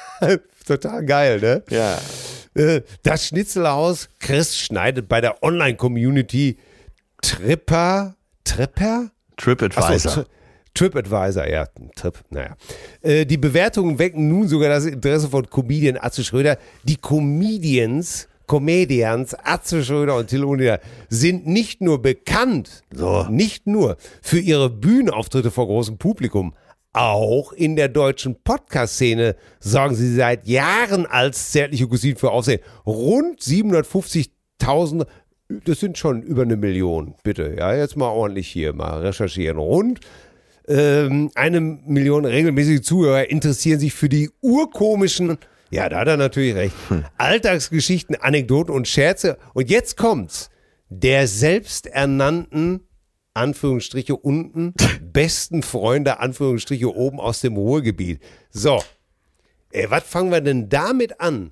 total geil, ne? Ja. Äh, Das Schnitzelhaus Chris schneidet bei der Online-Community Tripper, Tripper? TripAdvisor. Ach so, Tri- TripAdvisor, ja, Trip, naja. Äh, die Bewertungen wecken nun sogar das Interesse von Comedian Atze Schröder. Die Comedians, Comedians Atze Schröder und Till Hoheneder sind nicht nur bekannt, So. nicht nur für ihre Bühnenauftritte vor großem Publikum, auch in der deutschen Podcast-Szene sorgen sie seit Jahren als zärtliche Cousinen für Aufsehen. Rund siebenhundertfünfzigtausend, das sind schon über eine Million, bitte. Ja, jetzt mal ordentlich hier mal recherchieren. Rund ähm, eine Million regelmäßige Zuhörer interessieren sich für die urkomischen, ja, da hat er natürlich recht, Alltagsgeschichten, Anekdoten und Scherze. Und jetzt kommt's, der selbsternannten, Anführungsstriche unten, besten Freunde, Anführungsstriche oben aus dem Ruhrgebiet. So, ey, was fangen wir denn damit an?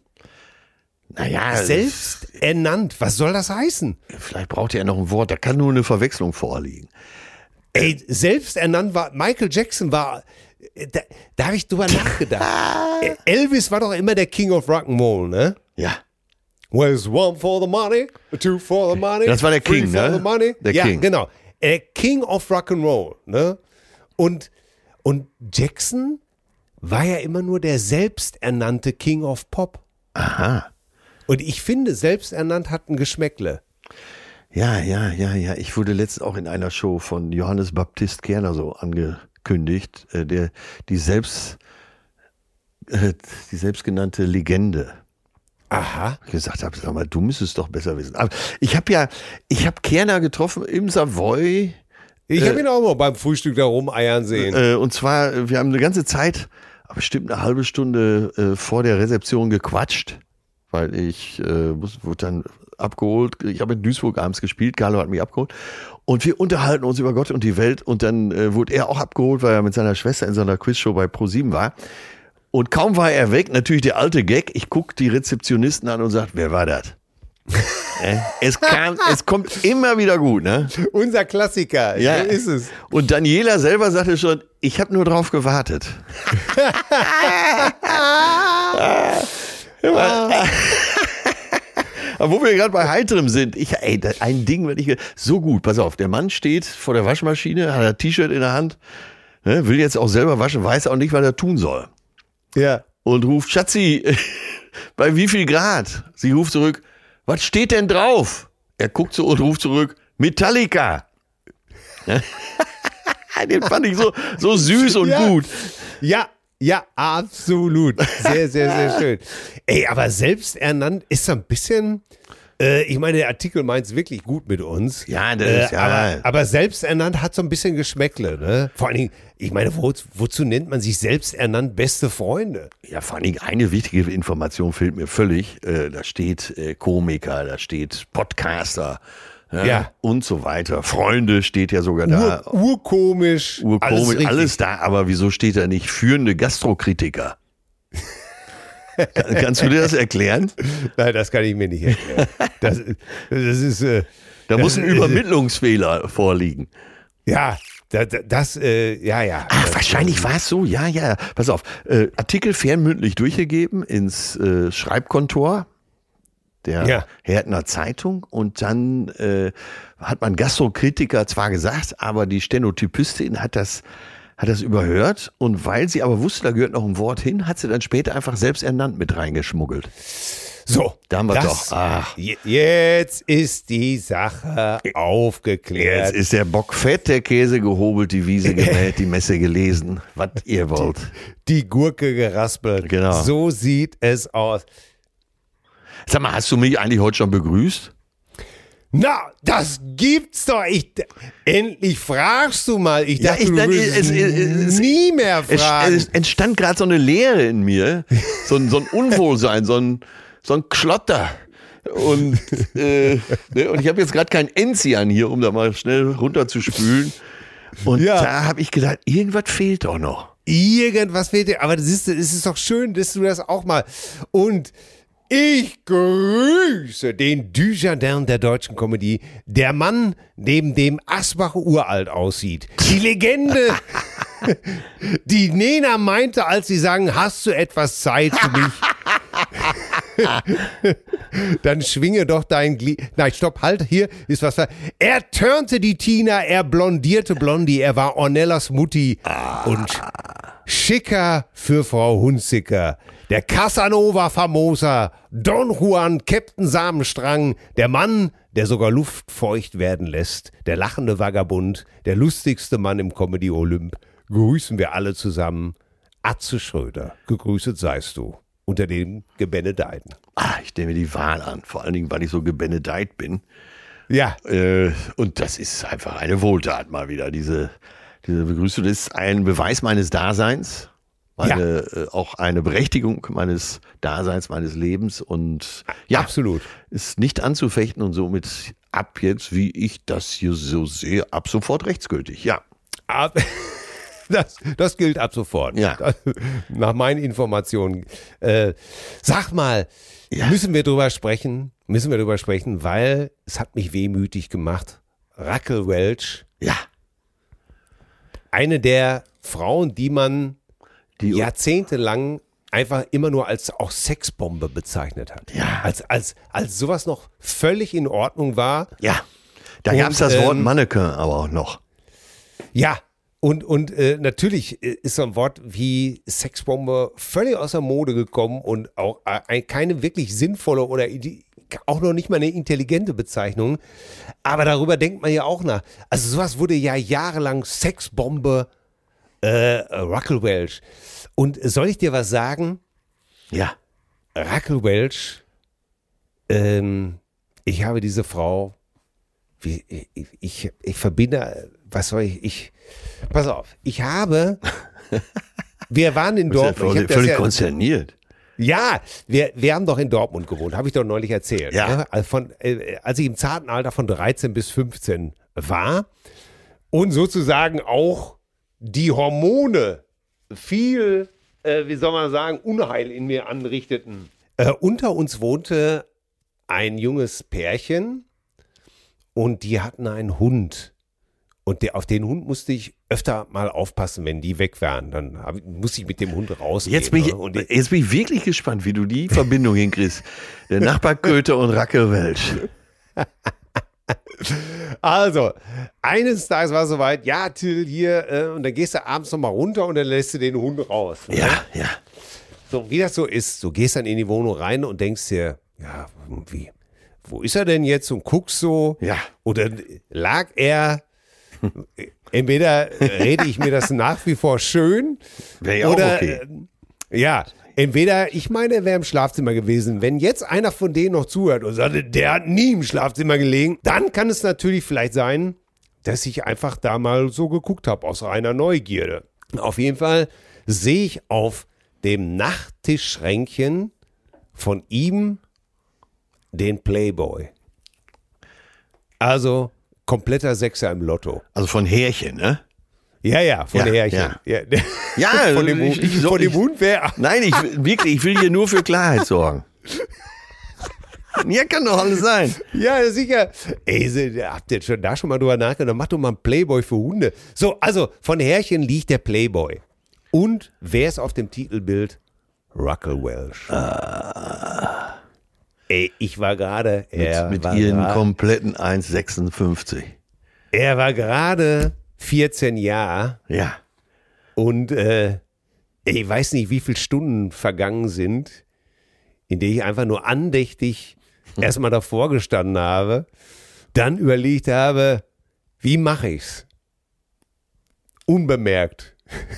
Naja, Selbst ernannt, was soll das heißen? vielleicht braucht er noch ein Wort, da kann nur eine Verwechslung vorliegen. Ey, selbst ernannt war, Michael Jackson war, da, da habe ich drüber nachgedacht. Elvis war doch immer der King of Rock'n'Roll, ne? Ja. Where's one for the money, two for the money, Das war der three King, for ne? the money. Der ja, King. genau. Der King of Rock'n'Roll, ne? Und, und Jackson war ja immer nur der selbsternannte King of Pop. Aha. Und ich finde, selbsternannt hat ein Geschmäckle. Ja, ja, ja, ja. Ich wurde letztens auch in einer Show von Johannes Baptist Kerner so angekündigt, äh, der die selbst äh, die selbstgenannte Legende. Aha. Ich gesagt habe, sag mal, du müsstest doch besser wissen. Aber ich habe ja, ich habe Kerner getroffen im Savoy. Ich habe ihn auch mal beim Frühstück da rumeiern sehen. Äh, und zwar, wir haben eine ganze Zeit, bestimmt eine halbe Stunde äh, vor der Rezeption gequatscht, weil ich äh, muss, wurde dann abgeholt. Ich habe in Duisburg abends gespielt, Carlo hat mich abgeholt. Und wir unterhalten uns über Gott und die Welt. Und dann äh, wurde er auch abgeholt, weil er mit seiner Schwester in so einer Quizshow bei ProSieben war. Und kaum war er weg, natürlich der alte Gag, ich gucke die Rezeptionisten an und sage, wer war das? Äh, es, kam, es kommt immer wieder gut, ne? Unser Klassiker, Ja. so ist es. Und Daniela selber sagte schon, ich habe nur drauf gewartet. Aber wo wir gerade bei Heiterem sind, ich, ey, da- ein Ding, wenn ich, so gut, pass auf, der Mann steht vor der Waschmaschine, hat ein T-Shirt in der Hand, ne, will jetzt auch selber waschen, weiß auch nicht, was er tun soll. Ja. Und ruft, Schatzi, bei wie viel Grad? Sie ruft zurück, was steht denn drauf? Er guckt so und ruft zurück, Metallica. Den fand ich so, so süß und Ja. gut. Ja, ja, absolut. Sehr, sehr, sehr schön. Ey, aber selbsternannt ist so ein bisschen, äh, ich meine, der Artikel meint es wirklich gut mit uns. Ja, das äh, ist ja. Aber, aber selbsternannt hat so ein bisschen Geschmäckle, ne? Vor allen Dingen, ich meine, wo, wozu nennt man sich selbsternannt beste Freunde? Ja, vor allen Dingen eine wichtige Information fehlt mir völlig. Äh, da steht äh, Komiker, da steht Podcaster ja, Ja. und so weiter. Freunde steht ja sogar da. Ur, urkomisch, Urkomisch, alles, alles, richtig. da, aber wieso steht da nicht führende Gastrokritiker? Kann, kannst du dir das erklären? Nein, das kann ich mir nicht erklären. Das, das ist, äh, Da das muss ein ist- Übermittlungsfehler vorliegen. Ja, das, das äh, ja, ja. Ach, Das- wahrscheinlich war es so, ja, ja. Pass auf, äh, Artikel fernmündlich durchgegeben ins äh, Schreibkontor der Ja. Hertner Zeitung und dann äh, hat man Gastrokritiker zwar gesagt, aber die Stenotypistin hat das, hat das überhört und weil sie aber wusste, da gehört noch ein Wort hin, hat sie dann später einfach selbst ernannt mit reingeschmuggelt. So, Da haben wir das- doch. Ach, Je- Jetzt ist die Sache aufgeklärt. jetzt ist der Bock fett, der Käse gehobelt, die Wiese gemäht, die Messe gelesen, was ihr wollt. Die Gurke geraspelt. Genau. So sieht es aus. Sag mal, hast du mich eigentlich heute schon begrüßt? Na, das gibt's doch. Ich, endlich fragst du mal. Ich Ja, dachte, ich- du nein, würdest es- es- es- nie mehr Es, fragen. es entstand gerade so eine Leere in mir, so ein, so ein Unwohlsein, so ein, so ein Klotter. Und, äh, ne, und ich habe jetzt gerade kein Enzian hier, um da mal schnell runterzuspülen. Und Ja. da habe ich gedacht, irgendwas fehlt doch noch. Irgendwas fehlt dir. Aber das ist, es ist doch schön, dass du das auch mal. Und ich grüße den Dujardin der deutschen Comedy. Der Mann, neben dem Asbach uralt aussieht. Die Legende, die Nena meinte, als sie sagen, hast du etwas Zeit für mich? Dann schwinge doch dein Glied. Nein, stopp, halt, hier ist was. Er turnte die Tina, er blondierte Blondie, er war Ornellas Mutti und schicker für Frau Hunziker. Der Casanova Famosa, Don Juan, Captain Samenstrang, der Mann, der sogar Luft feucht werden lässt, der lachende Vagabund, der lustigste Mann im Comedy Olymp. Grüßen wir alle zusammen. Atze Schröder, gegrüßet seist du. Unter dem Gebenedeiten. Ah, ich nehme die Wahl an, vor allen Dingen, weil ich so gebenedeit bin. Ja, Äh, und das ist einfach eine Wohltat mal wieder. Diese, diese Begrüßung ist ein Beweis meines Daseins, meine, äh, auch eine Berechtigung meines Daseins, meines Lebens und ja, absolut. ist nicht anzufechten und somit ab jetzt, wie ich das hier so sehe, ab sofort rechtsgültig. Ja, Ab, das, das gilt ab sofort. Ja. Nach meinen Informationen. Äh, sag mal, Ja. müssen wir drüber sprechen? Müssen wir drüber sprechen, weil es hat mich wehmütig gemacht. Raquel Welch, ja, eine der Frauen, die man die jahrzehntelang einfach immer nur als auch Sexbombe bezeichnet hat. Ja. Als, als, als sowas noch völlig in Ordnung war. ja, da Und, gab es das Wort ähm, Mannequin aber auch noch. Ja, und, und äh, natürlich ist so ein Wort wie Sexbombe völlig aus der Mode gekommen und auch äh, ein- keine wirklich sinnvolle oder ide- auch noch nicht mal eine intelligente Bezeichnung. Aber darüber denkt man ja auch nach. Also sowas wurde ja jahrelang Sexbombe, äh, Raquel Welch. Und soll ich dir was sagen? Ja, Raquel Welch, ähm, ich habe diese Frau, wie, ich, ich, ich verbinde, was soll ich, ich, pass auf, ich habe, wir waren in ist ja Dortmund. ich völlig, hab das völlig ja, konsterniert. ja, wir, wir haben doch in Dortmund gewohnt, habe ich doch neulich erzählt. Ja. Ne? Also von, äh, als ich im zarten Alter von dreizehn bis fünfzehn war und sozusagen auch die Hormone viel, äh, wie soll man sagen, Unheil in mir anrichteten. Äh, unter uns wohnte ein junges Pärchen und die hatten einen Hund. Und der, auf den Hund musste ich öfter mal aufpassen, wenn die weg waren. Dann hab, musste ich mit dem Hund rausgehen. Jetzt bin, ich, und ich, jetzt bin ich wirklich gespannt, wie du die Verbindung hinkriegst. Der Nachbarköter und Rackel Welch. Also, eines Tages war es soweit, ja, Till, hier, äh, und dann gehst du abends nochmal runter und dann lässt du den Hund raus. Ne? Ja, ja. So, wie das so ist, du gehst dann in die Wohnung rein und denkst dir, ja, wie, wo ist er denn jetzt und guckst so? Ja. Oder lag er, entweder rede ich mir das nach wie vor schön, Wäre ja auch oder, okay. äh, ja, entweder, ich meine, er wäre im Schlafzimmer gewesen. Wenn jetzt einer von denen noch zuhört und sagt, der hat nie im Schlafzimmer gelegen, dann kann es natürlich vielleicht sein, dass ich einfach da mal so geguckt habe, aus reiner Neugierde. Auf jeden Fall sehe ich auf dem Nachttischschränkchen von ihm den Playboy. Also kompletter Sechser im Lotto. Also von Härchen, ne? Ja, ja, von Ja, der Härchen. ja. Ja. Ja, von dem, ich- ich- von dem ich- Hund wäre... Nein, ich wirklich, ich will hier nur für Klarheit sorgen. Ja, kann doch alles sein. Ja, sicher. Ey, se- habt ihr schon da schon mal drüber nachgedacht? Mach doch mal einen Playboy für Hunde. So, also von Härchen liegt der Playboy. Und wer ist auf dem Titelbild? Ruckel Welch. Ah. Ey, ich war gerade. Er, Mit war ihren gra- kompletten eins Komma sechsundfünfzig. er war gerade vierzehn Jahre Ja. und äh, ich weiß nicht, wie viele Stunden vergangen sind, in denen ich einfach nur andächtig erstmal davor gestanden habe, dann überlegt habe, wie mache ich's? Unbemerkt.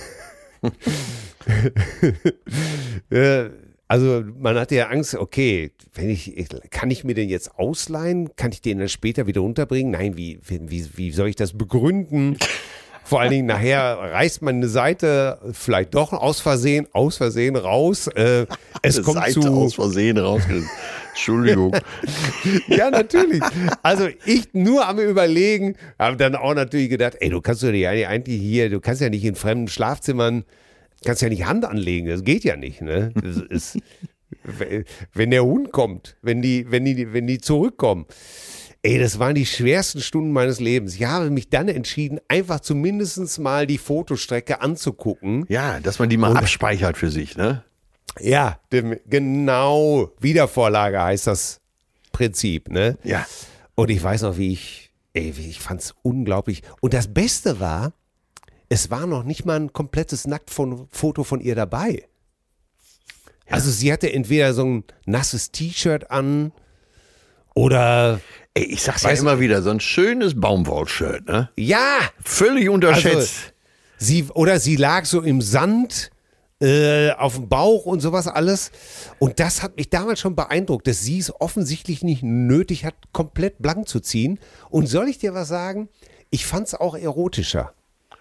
äh, also man hatte ja Angst, okay, wenn ich, kann ich mir den jetzt ausleihen? Kann ich den dann später wieder unterbringen? Nein, wie, wie, wie soll ich das begründen? Vor allen Dingen nachher reißt man eine Seite vielleicht doch aus Versehen, aus Versehen raus. Äh, es Eine kommt Seite zu aus Versehen rausgerissen. Entschuldigung. Ja, natürlich. Also ich nur am Überlegen, habe dann auch natürlich gedacht, ey, du kannst doch nicht eigentlich hier, du kannst ja nicht in fremden Schlafzimmern, kannst ja nicht Hand anlegen, das geht ja nicht, ne? Das ist, wenn der Hund kommt, wenn die, wenn die, wenn die zurückkommen. Ey, das waren die schwersten Stunden meines Lebens. Ich habe mich dann entschieden, einfach zumindest mal die Fotostrecke anzugucken. Ja, dass man die mal abspeichert für sich, ne? Ja, dem, genau, Wiedervorlage heißt das Prinzip, ne? Ja. Und ich weiß noch, wie ich, ey, wie ich fand's unglaublich. Und das Beste war, es war noch nicht mal ein komplettes Nacktfoto von ihr dabei. Also sie hatte entweder so ein nasses T-Shirt an oder, Ey, ich sag's ja Weißt- immer wieder, so ein schönes Baumwollshirt, ne? ja, Völlig unterschätzt. Also, sie, oder sie lag so im Sand, äh, auf dem Bauch und sowas alles. Und das hat mich damals schon beeindruckt, dass sie es offensichtlich nicht nötig hat, komplett blank zu ziehen. Und soll ich dir was sagen? Ich fand es auch erotischer.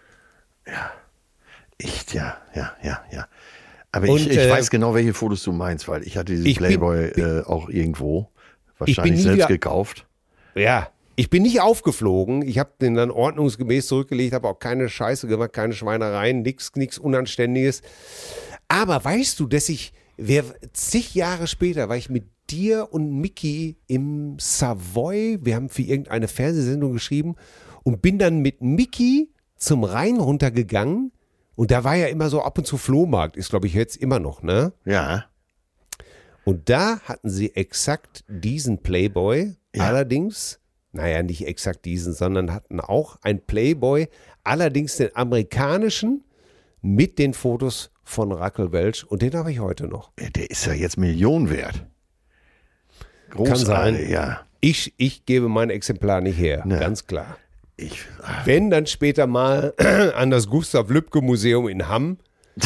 Echt, ja, ja, ja, ja. Aber Und, ich, ich äh, weiß genau, welche Fotos du meinst, weil ich hatte diesen ich bin- Playboy äh, auch irgendwo. Ich bin Wahrscheinlich nie selbst wieder- gekauft. Ja, ich bin nicht aufgeflogen. Ich habe den dann ordnungsgemäß zurückgelegt, habe auch keine Scheiße gemacht, keine Schweinereien, nichts nix Unanständiges. Aber weißt du, dass ich, wer, zig Jahre später war ich mit dir und Mickey im Savoy, wir haben für irgendeine Fernsehsendung geschrieben und bin dann mit Mickey zum Rhein runtergegangen und da war ja immer so ab und zu Flohmarkt, ist glaube ich jetzt immer noch, ne? Ja. Und da hatten sie exakt diesen Playboy, Ja. allerdings, naja, nicht exakt diesen, sondern hatten auch ein Playboy, allerdings den amerikanischen mit den Fotos von Ruckel Welch und den habe ich heute noch. Ja, der ist ja jetzt Millionen wert. Kann Großartig, sein. ja. Ich, ich gebe mein Exemplar nicht her, Ne. ganz klar. Ich, ah, Wenn, dann später mal an das Gustav-Lübcke-Museum in Hamm.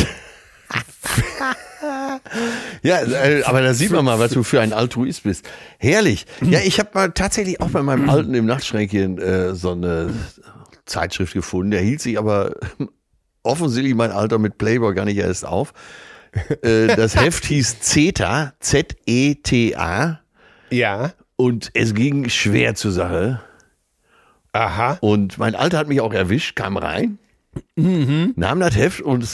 ja, äh, aber da sieht man mal, was du für ein Altruist bist. Herrlich. Ja, ich habe mal tatsächlich auch bei meinem Alten im Nachtschränkchen äh, so eine Zeitschrift gefunden. Der hielt sich aber offensichtlich mein Alter mit Playboy gar nicht erst auf. Äh, das Heft hieß Zeta, Z E T A. Ja, Und es ging schwer zur Sache. aha. Und mein Alter hat mich auch erwischt, kam rein, nahm das Heft und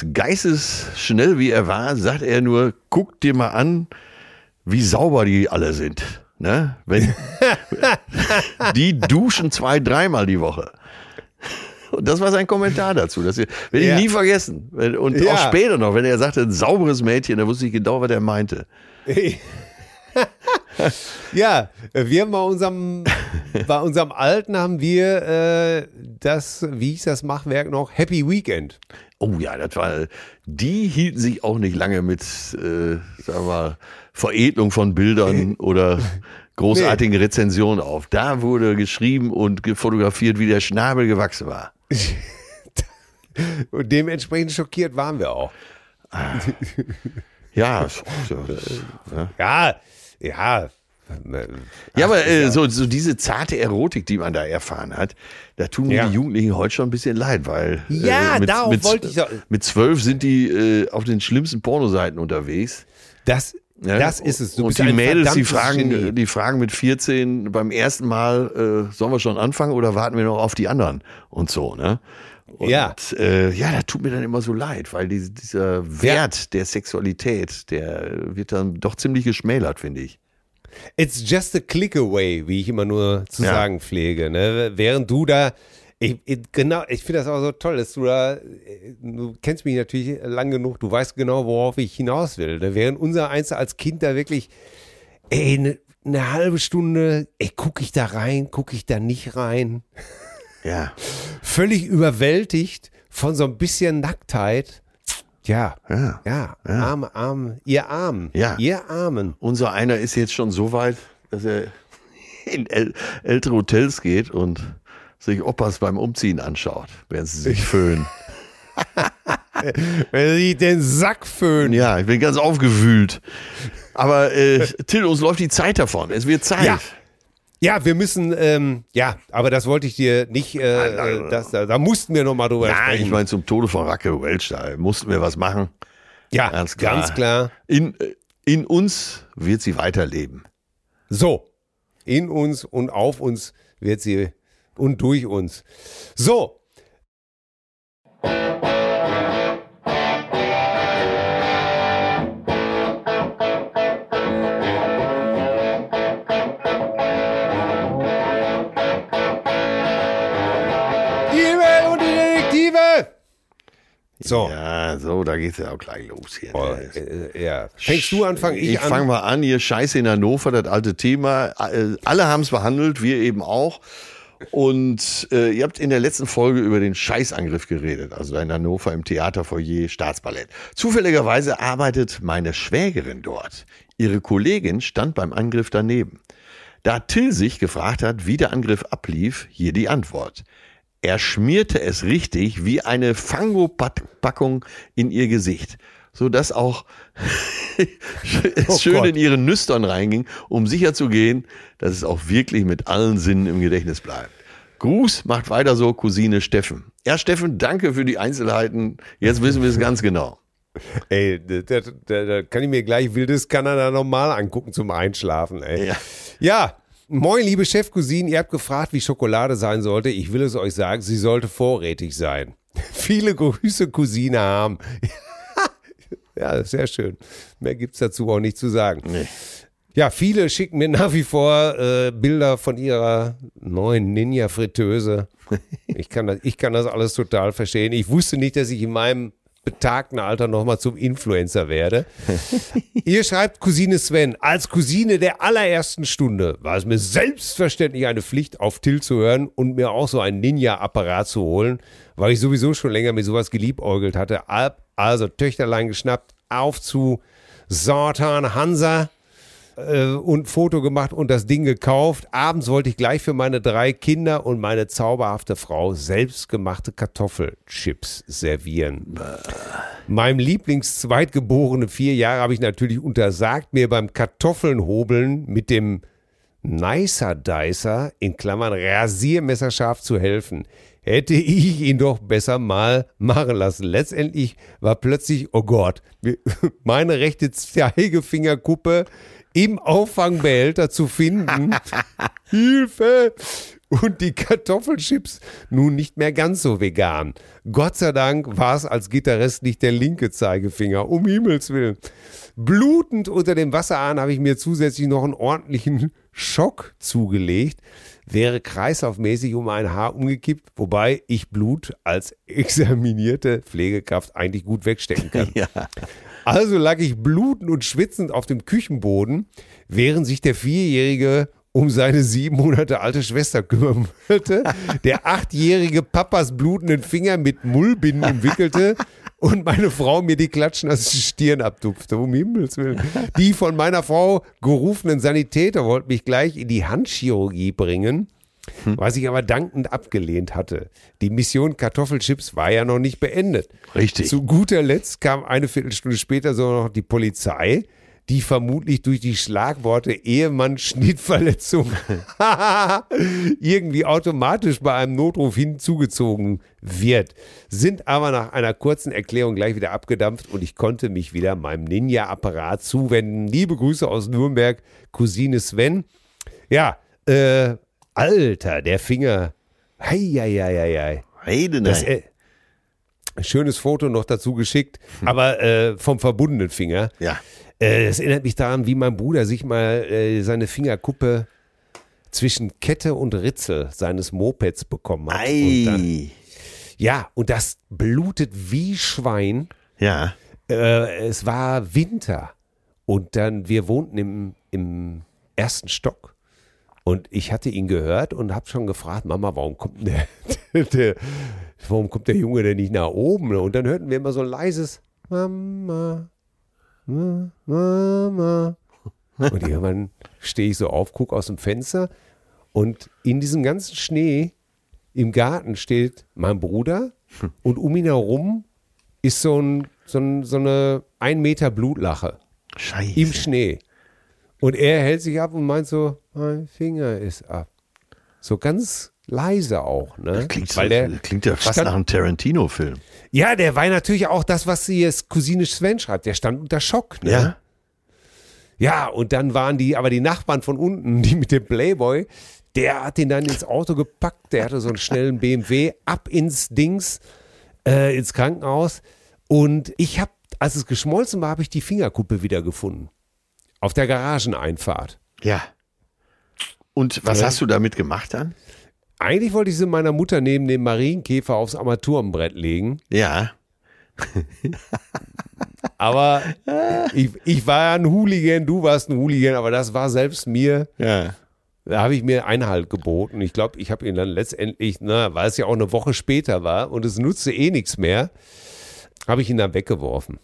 geistesschnell wie er war, sagt er nur, guck dir mal an, wie sauber die alle sind. ne? Wenn, die duschen zwei, dreimal die Woche. Und das war sein Kommentar dazu. Das werde ich Ja. nie vergessen. Und Ja. auch später noch, wenn er sagte, ein sauberes Mädchen, da wusste ich genau, was er meinte. Ja, wir haben bei unserem, bei unserem Alten haben wir äh, das, wie hieß das Machwerk noch? Happy Weekend. Oh ja, das war, die hielten sich auch nicht lange mit, äh, sagen wir mal, Veredelung von Bildern oder großartigen Rezensionen auf. Da wurde geschrieben und fotografiert, wie der Schnabel gewachsen war. Und dementsprechend schockiert waren wir auch. Ja, so, so, ja. Ja, ja. Ja, aber äh, so, so diese zarte Erotik, die man da erfahren hat, da tun mir Ja. die Jugendlichen heute schon ein bisschen leid, weil Ja, äh, mit, darauf mit, wollte ich doch- mit zwölf sind die äh, auf den schlimmsten Pornoseiten unterwegs. Das, Ja, das ist es. Du und bist die ein Mädels, die verdammtes fragen, Genie. die fragen mit vierzehn beim ersten Mal, äh, sollen wir schon anfangen oder warten wir noch auf die anderen und so, ne? Und, Ja. Äh, ja, das tut mir dann immer so leid, weil die, dieser Wert der Sexualität, der wird dann doch ziemlich geschmälert, finde ich. It's just a click away, wie ich immer nur zu Ja. sagen pflege. Ne? Während du da, ich, ich, genau, ich finde das auch so toll, dass du da, du kennst mich natürlich lang genug, du weißt genau, worauf ich hinaus will. Ne? Während unser Eins als Kind da wirklich, ey, eine ne halbe Stunde, ey, gucke ich da rein, gucke ich da nicht rein, Ja. völlig überwältigt von so ein bisschen Nacktheit. Ja, Ja. ja, arm, arm, ihr Armen, Ja. ihr Armen. Unser einer ist jetzt schon so weit, dass er in äl ältere Hotels geht und sich Opas beim Umziehen anschaut, während sie sich föhnen. Wenn sie den Sack föhnen. Ja, ich bin ganz aufgewühlt. Aber äh, Till, uns läuft die Zeit davon. Es wird Zeit. Ja. Ja, wir müssen, ähm, ja, aber das wollte ich dir nicht, äh, äh, das, da, da mussten wir nochmal drüber Nein, sprechen. ich meine, zum Tode von Raquel Welch, da mussten wir was machen. ja, ganz klar. ganz klar. In, äh, in uns wird sie weiterleben. So, in uns und auf uns wird sie und durch uns. So. Die E-Mail und die Detektive. So. Ja, so, da geht's ja auch gleich los hier. Oh, ne? äh, ja. Fängst du an, fang ich, Ich an? fange mal an, hier Scheiße in Hannover, das alte Thema. Äh, Alle haben es behandelt, wir eben auch. Und äh, ihr habt in der letzten Folge über den Scheißangriff geredet, also in Hannover im Theaterfoyer Staatsballett. Zufälligerweise arbeitet meine Schwägerin dort. Ihre Kollegin stand beim Angriff daneben. Da Till sich gefragt hat, wie der Angriff ablief, hier die Antwort. Er schmierte es richtig wie eine Fango-Packung in ihr Gesicht, sodass auch es Oh schön Gott. in ihre Nüstern reinging, um sicherzugehen, dass es auch wirklich mit allen Sinnen im Gedächtnis bleibt. Gruß, macht weiter so, Cousine Steffen. Ja, Steffen, danke für die Einzelheiten. Jetzt wissen wir es ganz genau. Ey, da, da, da, da kann ich mir gleich wildes Kanada nochmal angucken zum Einschlafen, ey. Ja. Ja, moin, liebe Chefcousinen, ihr habt gefragt, wie Schokolade sein sollte. Ich will es euch sagen, sie sollte vorrätig sein. Viele Grüße, Cousine Harm. Ja, sehr schön. Mehr gibt's dazu auch nicht zu sagen. Nee. Ja, viele schicken mir nach wie vor äh, Bilder von ihrer neuen Ninja-Fritteuse. Ich kann das, ich kann das alles total verstehen. Ich wusste nicht, dass ich in meinem betagten Alter nochmal zum Influencer werde. Ihr schreibt Cousine Sven, als Cousine der allerersten Stunde war es mir selbstverständlich eine Pflicht, auf Till zu hören und mir auch so einen Ninja-Apparat zu holen, weil ich sowieso schon länger mit sowas geliebäugelt hatte. Also Töchterlein geschnappt, auf zu Satan Hansa äh, und Foto gemacht und das Ding gekauft. Abends wollte ich gleich für meine drei Kinder und meine zauberhafte Frau selbstgemachte Kartoffelchips servieren. Meinem Lieblings-Zweitgeborene vier Jahre habe ich natürlich untersagt, mir beim Kartoffelnhobeln mit dem Nicer Dicer, in Klammern Rasiermesserscharf, zu helfen. Hätte ich ihn doch besser mal machen lassen. Letztendlich war plötzlich, oh Gott, meine rechte Zeigefingerkuppe im Auffangbehälter zu finden. Hilfe! und die Kartoffelchips nun nicht mehr ganz so vegan. Gott sei Dank war es als Gitarrist nicht der linke Zeigefinger, um Himmels Willen. Blutend unter dem Wasserhahn habe ich mir zusätzlich noch einen ordentlichen Schock zugelegt, wäre kreislaufmäßig um ein Haar umgekippt, wobei ich Blut als examinierte Pflegekraft eigentlich gut wegstecken kann. Ja. Also lag ich blutend und schwitzend auf dem Küchenboden, während sich der Vierjährige um seine sieben Monate alte Schwester kümmerte, der achtjährige Papas blutenden Finger mit Mullbinden umwickelte und meine Frau mir die klatschnasse Stirn abtupfte, um Himmels Willen. Die von meiner Frau gerufenen Sanitäter wollten mich gleich in die Handchirurgie bringen, was ich aber dankend abgelehnt hatte. Die Mission Kartoffelchips war ja noch nicht beendet. Richtig. Zu guter Letzt kam eine Viertelstunde später so noch die Polizei, die vermutlich durch die Schlagworte Ehemann-Schnittverletzung irgendwie automatisch bei einem Notruf hinzugezogen wird, sind aber nach einer kurzen Erklärung gleich wieder abgedampft und ich konnte mich wieder meinem Ninja-Apparat zuwenden. Liebe Grüße aus Nürnberg, Cousine Sven. Ja, äh, Alter, der Finger. Heieieiei. Das, äh, schönes Foto noch dazu geschickt, aber äh, vom verbundenen Finger. Ja. Äh, das erinnert mich daran, wie mein Bruder sich mal äh, seine Fingerkuppe zwischen Kette und Ritzel seines Mopeds bekommen hat. Ei. Und dann, ja, und das blutet wie Schwein. Ja. Äh, es war Winter und dann, wir wohnten im, im ersten Stock. Und ich hatte ihn gehört und habe schon gefragt, Mama, warum kommt der, der, der, warum kommt der Junge denn nicht nach oben? Und dann hörten wir immer so ein leises Mama, Mama. Und irgendwann stehe ich so auf, gucke aus dem Fenster und in diesem ganzen Schnee im Garten steht mein Bruder und um ihn herum ist so, ein, so, ein, so eine ein Meter Blutlache. Scheiße. Im Schnee. Und er hält sich ab und meint so, mein Finger ist ab. So ganz leise auch. Ne? Das klingt, Weil so, der das klingt ja fast stand, nach einem Tarantino-Film. Ja, der war natürlich auch das, was sie jetzt Cousine Sven schreibt. Der stand unter Schock. Ne? Ja. Ja, und dann waren die, aber die Nachbarn von unten, die mit dem Playboy, der hat ihn dann ins Auto gepackt. Der hatte so einen schnellen B M W, ab ins Dings, äh, ins Krankenhaus. Und ich habe, als es geschmolzen war, habe ich die Fingerkuppe wieder gefunden. Auf der Garageneinfahrt. Ja. Und was Ja. hast du damit gemacht dann? Eigentlich wollte ich sie meiner Mutter neben dem Marienkäfer aufs Armaturenbrett legen. Ja. Aber ich, ich war ja ein Hooligan, du warst ein Hooligan, aber das war selbst mir, Ja. da habe ich mir Einhalt geboten. Ich glaube, ich habe ihn dann letztendlich, na, weil es ja auch eine Woche später war und es nutzte eh nichts mehr, habe ich ihn dann weggeworfen.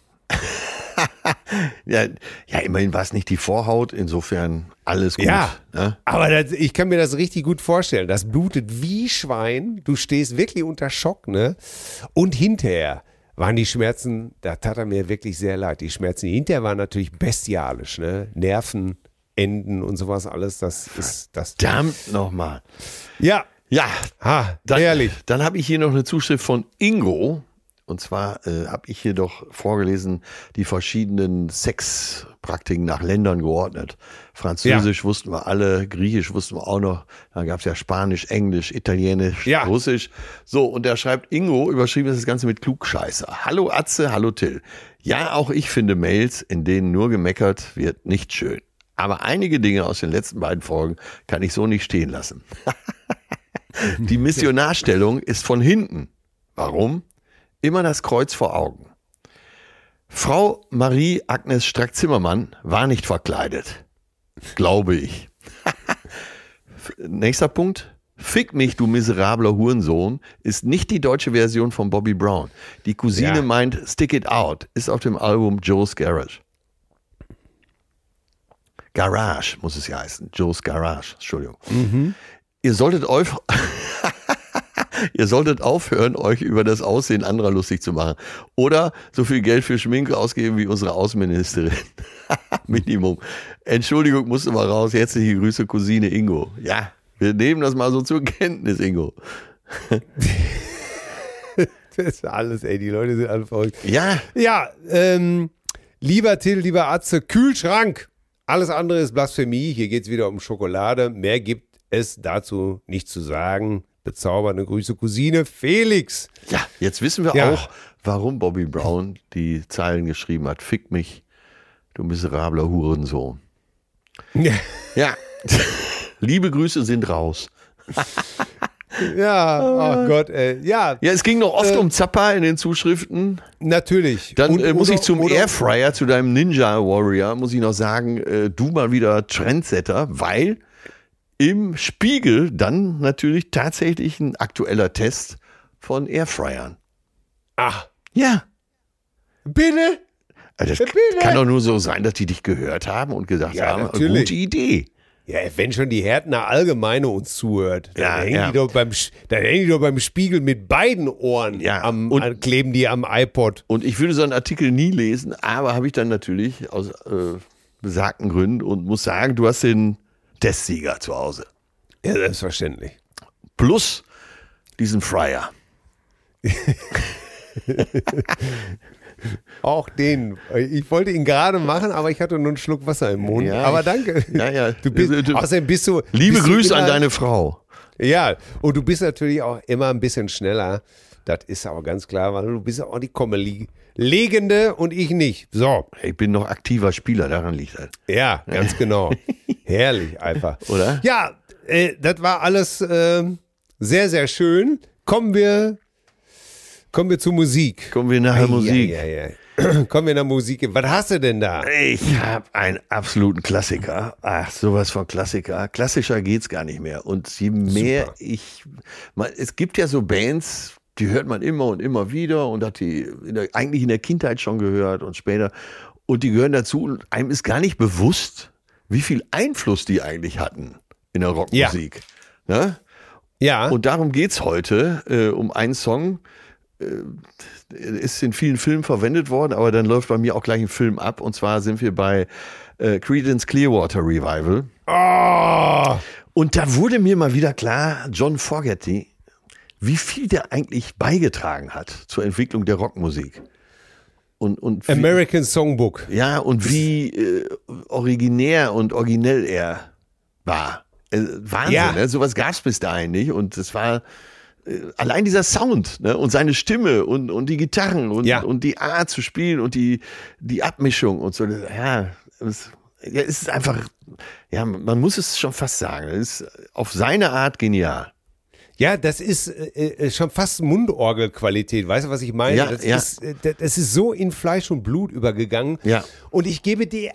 Ja, ja, immerhin war es nicht die Vorhaut, insofern alles gut. Ja, Ne? aber das, ich kann mir das richtig gut vorstellen. Das blutet wie Schwein. Du stehst wirklich unter Schock, ne? Und hinterher waren die Schmerzen, da tat er mir wirklich sehr leid. Die Schmerzen hinterher waren natürlich bestialisch, ne? Nerven, Enden und sowas alles. Das ist das. Verdammt nochmal. Ja, Ja, ha, dann, ehrlich. Dann habe ich hier noch eine Zuschrift von Ingo. Und zwar äh, habe ich hier doch vorgelesen, die verschiedenen Sexpraktiken nach Ländern geordnet. Französisch ja. wussten wir alle, Griechisch wussten wir auch noch. Dann gab es ja Spanisch, Englisch, Italienisch, ja. Russisch. So, und da schreibt Ingo, überschrieben ist das Ganze mit Klugscheißer. Hallo Atze, hallo Till. Ja, auch ich finde Mails, in denen nur gemeckert wird, nicht schön. Aber einige Dinge aus den letzten beiden Folgen kann ich so nicht stehen lassen. Die Missionarstellung ist von hinten. Warum? Immer das Kreuz vor Augen. Frau Marie Agnes Strack-Zimmermann war nicht verkleidet. Glaube ich. Nächster Punkt. Fick mich, du miserabler Hurensohn, ist nicht die deutsche Version von Bobby Brown. Die Cousine Ja. meint Stick It Out, ist auf dem Album Joe's Garage. Garage muss es ja heißen. Joe's Garage, Entschuldigung. Mhm. Ihr solltet euch... Ihr solltet aufhören, euch über das Aussehen anderer lustig zu machen. Oder so viel Geld für Schminke ausgeben wie unsere Außenministerin. Minimum. Entschuldigung, musste mal raus. Herzliche Grüße, Cousine Ingo. Ja, wir nehmen das mal so zur Kenntnis, Ingo. Das ist alles, ey, die Leute sind alle verrückt. Ja. Ja, ähm, lieber Till, lieber Atze, Kühlschrank. Alles andere ist Blasphemie. Hier geht es wieder um Schokolade. Mehr gibt es dazu nicht zu sagen. Bezaubernde Grüße, Cousine Felix. Ja, jetzt wissen wir Ja. auch, warum Bobby Brown die Zeilen geschrieben hat. Fick mich, du miserabler Hurensohn. Ja, Ja, liebe Grüße sind raus. ja, oh Gott, ey. Ja, Ja, es ging noch oft Äh, um Zappa in den Zuschriften. natürlich. Dann Und- äh, muss oder- ich zum oder- Airfryer, zu deinem Ninja Warrior, muss ich noch sagen, äh, du mal wieder Trendsetter, weil im Spiegel dann natürlich tatsächlich ein aktueller Test von Airfryern. Ach, Ja. bitte? Also das Ja, bitte. kann doch nur so sein, dass die dich gehört haben und gesagt Ja, haben, natürlich. gute Idee. Ja, wenn schon die Härtner Allgemeine uns zuhört, dann, Ja, hängen, ja. Die doch beim, Sch- dann hängen die doch beim Spiegel mit beiden Ohren Ja, am, und- an, kleben die am iPod. Und ich würde so einen Artikel nie lesen, aber habe ich dann natürlich aus äh, besagten Gründen und muss sagen, du hast den Testsieger zu Hause. Ja, selbstverständlich. Plus diesen Fryer. Auch den. Ich wollte ihn gerade machen, aber ich hatte nur einen Schluck Wasser im Mund. Ja, aber ich- danke. Ja, ja. Du bist, Du- außerdem bist du. Liebe bist du Grüße an immer- deine Frau. Ja, und du bist natürlich auch immer ein bisschen schneller. Das ist aber ganz klar, weil du bist ja auch die Komme-Legende und ich nicht. So, Ich bin noch aktiver Spieler, daran liegt das. ja, ganz genau. Herrlich einfach. Oder? Ja, äh, das war alles ähm, sehr, sehr schön. Kommen wir, kommen wir zur Musik. Kommen wir nachher Musik. Ja, ja, ja. Kommen wir nach Musik. Was hast du denn da? Ich habe einen absoluten Klassiker. Ach, sowas von Klassiker. Klassischer geht's gar nicht mehr. Und je mehr Super. ich, man, es gibt ja so Bands, die hört man immer und immer wieder und hat die in der, eigentlich in der Kindheit schon gehört und später. Und die gehören dazu und einem ist gar nicht bewusst, wie viel Einfluss die eigentlich hatten in der Rockmusik. Ne? Ja, Und darum geht's heute, äh, um einen Song. Äh, ist in vielen Filmen verwendet worden, aber dann läuft bei mir auch gleich ein Film ab. Und zwar sind wir bei äh, Creedence Clearwater Revival. oh, Und da wurde mir mal wieder klar, John Fogerty, wie viel der eigentlich beigetragen hat zur Entwicklung der Rockmusik. Und, und wie, American Songbook. ja, und wie äh, originär und originell er war. Äh, Wahnsinn, Ja. ne? Sowas gab es bis dahin nicht. Und es war äh, allein dieser Sound, ne? Und seine Stimme und, und die Gitarren und, Ja. und die Art zu spielen und die, die Abmischung und so. Ja, es, ja, es ist einfach, ja, man muss es schon fast sagen. Es ist auf seine Art genial. Ja, das ist äh, äh, schon fast Mundorgelqualität. Weißt du, was ich meine? Ja, das, ja. Ist, äh, das- das ist so in Fleisch und Blut übergegangen. Ja. Und ich gebe dir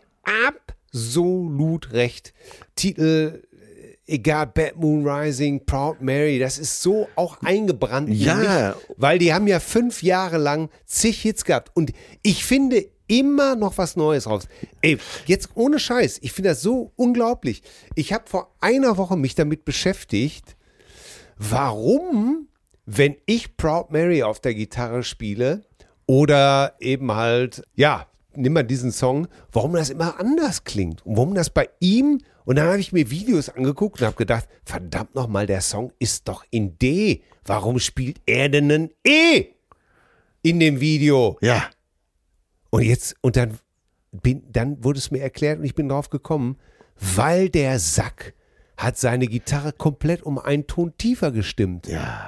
absolut recht. Titel, äh, egal, Bad Moon Rising, Proud Mary, das ist so auch eingebrannt. in Ja. mich, weil die haben ja fünf Jahre lang zig Hits gehabt. Und ich finde immer noch was Neues raus. Ey, jetzt ohne Scheiß, ich finde das so unglaublich. Ich habe vor einer Woche mich damit beschäftigt, warum, wenn ich Proud Mary auf der Gitarre spiele oder eben halt, ja, nimm mal diesen Song, warum das immer anders klingt und warum das bei ihm, und dann habe ich mir Videos angeguckt und habe gedacht, verdammt nochmal, der Song ist doch in D. Warum spielt er denn ein E in dem Video? Ja. Und jetzt, und dann, bin, dann wurde es mir erklärt und ich bin drauf gekommen, weil der Sack hat seine Gitarre komplett um einen Ton tiefer gestimmt. Ja.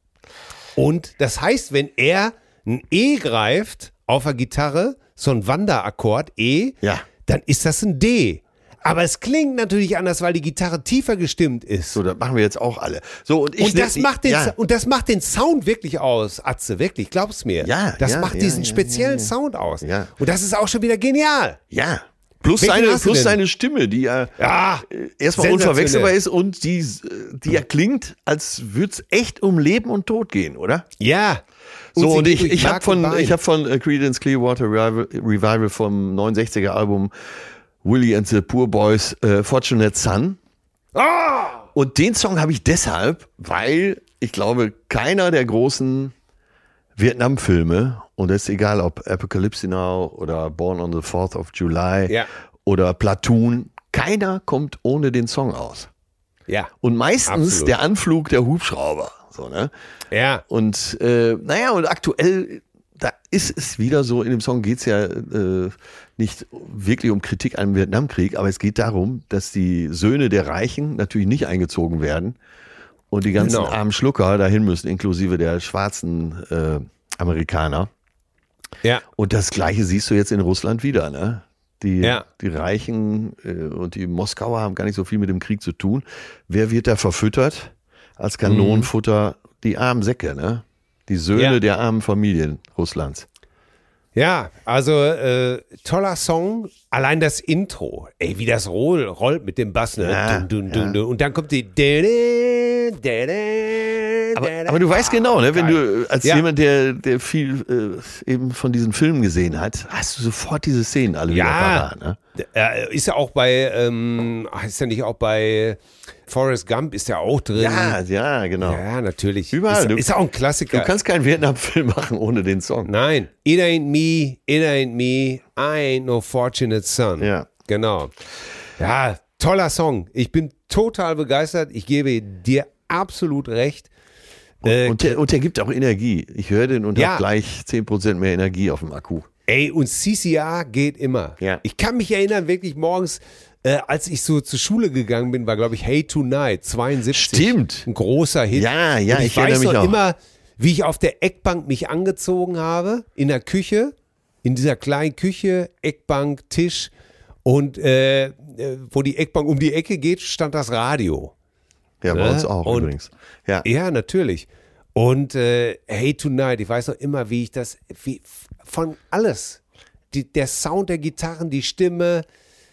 Und das heißt, wenn er ein E greift auf der Gitarre, so ein Wanderakkord E, Ja. dann ist das ein D. Aber es klingt natürlich anders, weil die Gitarre tiefer gestimmt ist. So, das machen wir jetzt auch alle. So, und ich Und das, ich- macht den, ja. und das macht den Sound wirklich aus, Atze, wirklich, glaub's mir. Ja, das ja, macht ja, diesen ja, speziellen ja, ja. Sound aus. Ja. Und das ist auch schon wieder genial. Ja. Plus, Welchen seine, hast du plus denn? seine Stimme, die ja, Ja, äh, erstmal sensationell. unverwechselbar ist und die, die ja klingt, als würde es echt um Leben und Tod gehen, oder? Ja. So, sie und geht ich, durch ich habe Mark und von, Bein. ich hab von äh, Creedence Clearwater Revival, Revival vom neunundsechziger Album Willie and the Poor Boys äh, Fortunate Son. Ah! Und den Song habe ich deshalb, weil ich glaube, keiner der großen Vietnam-Filme, und es ist egal, ob Apocalypse Now oder Born on the fourth of July Ja. oder Platoon, keiner kommt ohne den Song aus. Ja. Und meistens Absolut. der Anflug der Hubschrauber. So, ne? Ja. Und äh, naja, und aktuell da ist es wieder so, in dem Song geht es ja äh, nicht wirklich um Kritik an dem Vietnamkrieg, aber es geht darum, dass die Söhne der Reichen natürlich nicht eingezogen werden und die ganzen Genau. armen Schlucker dahin müssen, inklusive der schwarzen äh, Amerikaner. Ja. Und das Gleiche siehst du jetzt in Russland wieder, ne? Die, Ja. die Reichen äh, und die Moskauer haben gar nicht so viel mit dem Krieg zu tun. Wer wird da verfüttert? Als Kanonenfutter die armen Säcke, ne? Die Söhne Ja. der armen Familien Russlands. Ja, also äh, toller Song. Allein das Intro, ey, wie das roll, rollt mit dem Bass, ne? Ja, dun, dun, ja. dun, dun. Und dann kommt die. Aber, aber du weißt genau, ne, wenn geil. du als Ja. jemand, der, der viel äh, eben von diesen Filmen gesehen hat, hast du sofort diese Szenen alle wieder Ja, parat, ne? äh, ist ja auch bei, ähm, ach, ist ja nicht auch bei Forrest Gump, ist ja auch drin. Ja, ja, genau. Ja, natürlich. Überall. Ist, Du- ist ja auch ein Klassiker. Du kannst keinen Vietnam-Film machen ohne den Song. Nein, it ain't me, it ain't me, I ain't no fortunate son. Ja. Genau. Ja, toller Song. Ich bin total begeistert. Ich gebe dir absolut recht. Äh, Und der, und der gibt auch Energie. Ich höre den und Ja. habe gleich zehn Prozent mehr Energie auf dem Akku. Ey, und C C R geht immer. Ja. Ich kann mich erinnern, wirklich morgens, äh, als ich so zur Schule gegangen bin, war, glaube ich, Hey Tonight, zweiundsiebzig. Stimmt. Ein großer Hit. Ja, ja, und ich, ich erinnere weiß mich noch auch. immer, wie ich auf der Eckbank mich angezogen habe, in der Küche, in dieser kleinen Küche, Eckbank, Tisch. Und äh, äh, wo die Eckbank um die Ecke geht, stand das Radio. Ja, bei Ne? uns auch Und- übrigens. Ja. Ja, natürlich. Und äh, Hey Tonight, ich weiß noch immer, wie ich das, wie, von alles. Die, der Sound der Gitarren, die Stimme.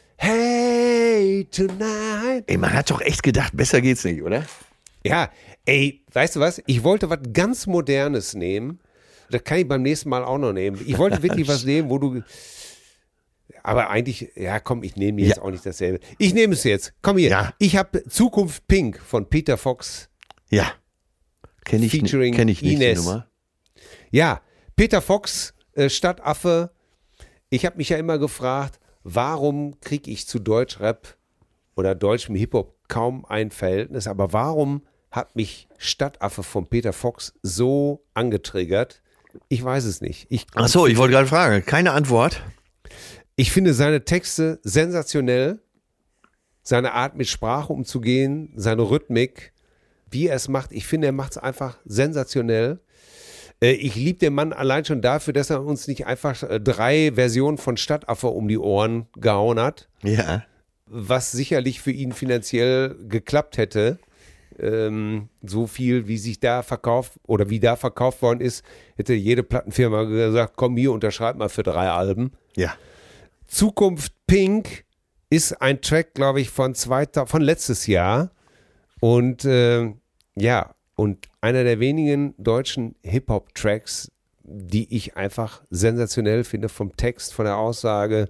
Hey Tonight. Ey, man hat doch echt gedacht, besser geht's nicht, oder? Ja, ey, weißt du was? Ich wollte was ganz Modernes nehmen. Das kann ich beim nächsten Mal auch noch nehmen. Ich wollte wirklich was nehmen, wo du. Aber eigentlich, ja komm, ich nehme jetzt Ja. auch nicht dasselbe. Ich nehme es jetzt. Komm hier. Ja. Ich habe Zukunft Pink von Peter Fox. Ja. Kenne ich, Featuring kenn ich nicht, die Ines. Nummer. Ja, Peter Fox, äh, Stadtaffe. Ich habe mich ja immer gefragt, warum kriege ich zu Deutschrap oder deutschem Hip-Hop kaum ein Verhältnis, aber warum hat mich Stadtaffe von Peter Fox so angetriggert? Ich weiß es nicht. Ich, Ach so, ich wollte gerade fragen. Keine Antwort. ich finde seine Texte sensationell, seine Art mit Sprache umzugehen, seine Rhythmik, wie er es macht. Ich finde, er macht es einfach sensationell. Äh, Ich liebe den Mann allein schon dafür, dass er uns nicht einfach äh, drei Versionen von Stadtaffe um die Ohren gehauen hat, Ja. was sicherlich für ihn finanziell geklappt hätte. Ähm, so viel, wie sich da verkauft oder wie da verkauft worden ist, hätte jede Plattenfirma gesagt, komm hier, unterschreib mal für drei Alben. Ja. Zukunft Pink ist ein Track, glaube ich, von, zweiter, von letztes Jahr. Und äh, ja, und einer der wenigen deutschen Hip-Hop-Tracks, die ich einfach sensationell finde, vom Text, von der Aussage,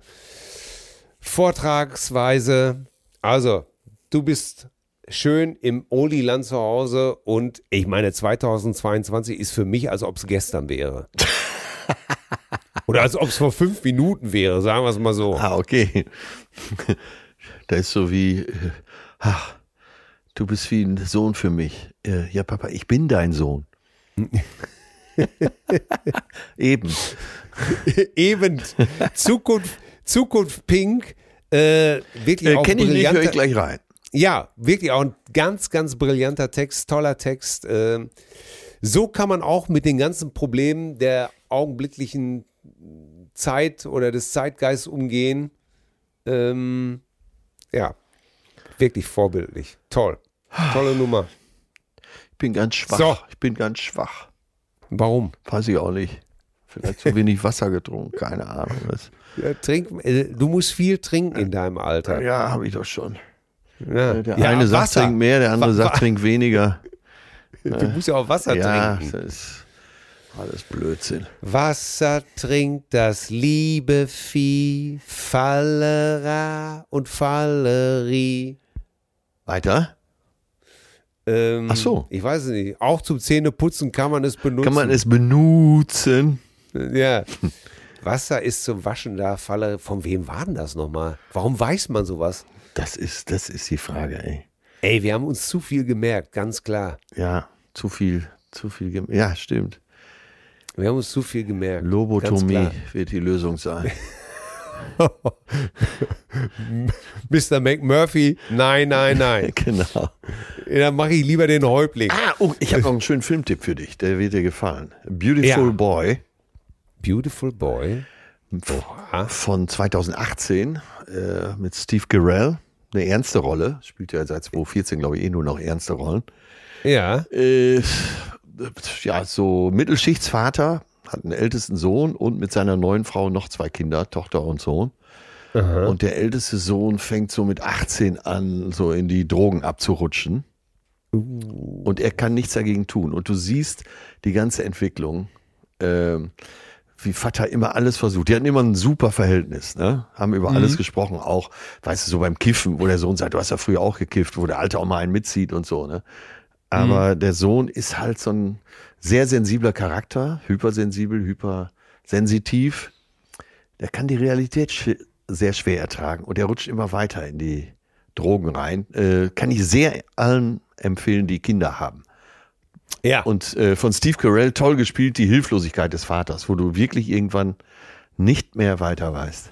Vortragsweise. Also, du bist schön im Oldie-Land zu Hause und ich meine, zweitausendzweiundzwanzig ist für mich, als ob es gestern wäre. Oder als ob es vor fünf Minuten wäre, sagen wir es mal so. Ah, okay. Da ist so wie, äh, ach, du bist wie ein Sohn für mich. Äh, ja, Papa, ich bin dein Sohn. Eben. Eben. Zukunft, Zukunft Pink. Äh, wirklich Äh, auch Kenne ich nicht, höre brillanter, ich gleich rein. Ja, wirklich auch ein ganz, ganz brillanter Text, toller Text. Äh, so kann man auch mit den ganzen Problemen der augenblicklichen Zeit oder des Zeitgeists umgehen. Ähm, ja, wirklich vorbildlich. Toll. Tolle Nummer. Ich bin ganz schwach. So. Ich bin ganz schwach. Warum? Weiß ich auch nicht. Vielleicht zu wenig Wasser getrunken, keine Ahnung. Das, Ja, trink, äh, du musst viel trinken in deinem Alter. ja, habe ich doch schon. Ja. Der Ja, eine sagt, Wasser. trink mehr, der andere Wa- sagt, wa- trink weniger. Du musst ja auch Wasser Ja, trinken. das ist alles Blödsinn. Wasser trinkt das liebe Vieh, Fallera und Falleri. Weiter? Ähm, Ach so. Ich weiß es nicht. Auch zum Zähneputzen kann man es benutzen. Kann man es benutzen? Ja. Wasser ist zum Waschen da, Falleri. Von wem war denn das nochmal? Warum weiß man sowas? Das ist, das ist die Frage, ey. Ey, wir haben uns zu viel gemerkt, ganz klar. Ja, zu viel, zu viel. gem- Ja, stimmt. Wir haben uns zu viel gemerkt. Lobotomie wird die Lösung sein. Mister McMurphy, nein, nein, nein. Genau. Dann mache ich lieber den Häuptling. Ah, oh, ich habe noch einen schönen Filmtipp für dich, der wird dir gefallen. Beautiful Ja. Boy Beautiful Boy. von zweitausendachtzehn äh, mit Steve Carell. Eine ernste Rolle. Spielt ja seit zweitausendvierzehn, glaube ich, eh nur noch ernste Rollen. Ja. Äh, ja, so Mittelschichtsvater, hat einen ältesten Sohn und mit seiner neuen Frau noch zwei Kinder, Tochter und Sohn. Aha. Und der älteste Sohn fängt so mit achtzehn an, so in die Drogen abzurutschen. Uh. Und er kann nichts dagegen tun. Und du siehst die ganze Entwicklung, äh, wie Vater immer alles versucht. Die hatten immer ein super Verhältnis, ne? Haben über mhm. alles gesprochen, auch, weißt du, so beim Kiffen, wo der Sohn sagt, du hast ja früher auch gekifft, wo der Alte auch mal einen mitzieht und so, ne? Aber mhm. der Sohn ist halt so ein sehr sensibler Charakter, hypersensibel, hypersensitiv. Der kann die Realität sch- sehr schwer ertragen und der rutscht immer weiter in die Drogen rein. Äh, kann ich sehr allen empfehlen, die Kinder haben. Ja. Und äh, von Steve Carell toll gespielt, die Hilflosigkeit des Vaters, wo du wirklich irgendwann nicht mehr weiter weißt.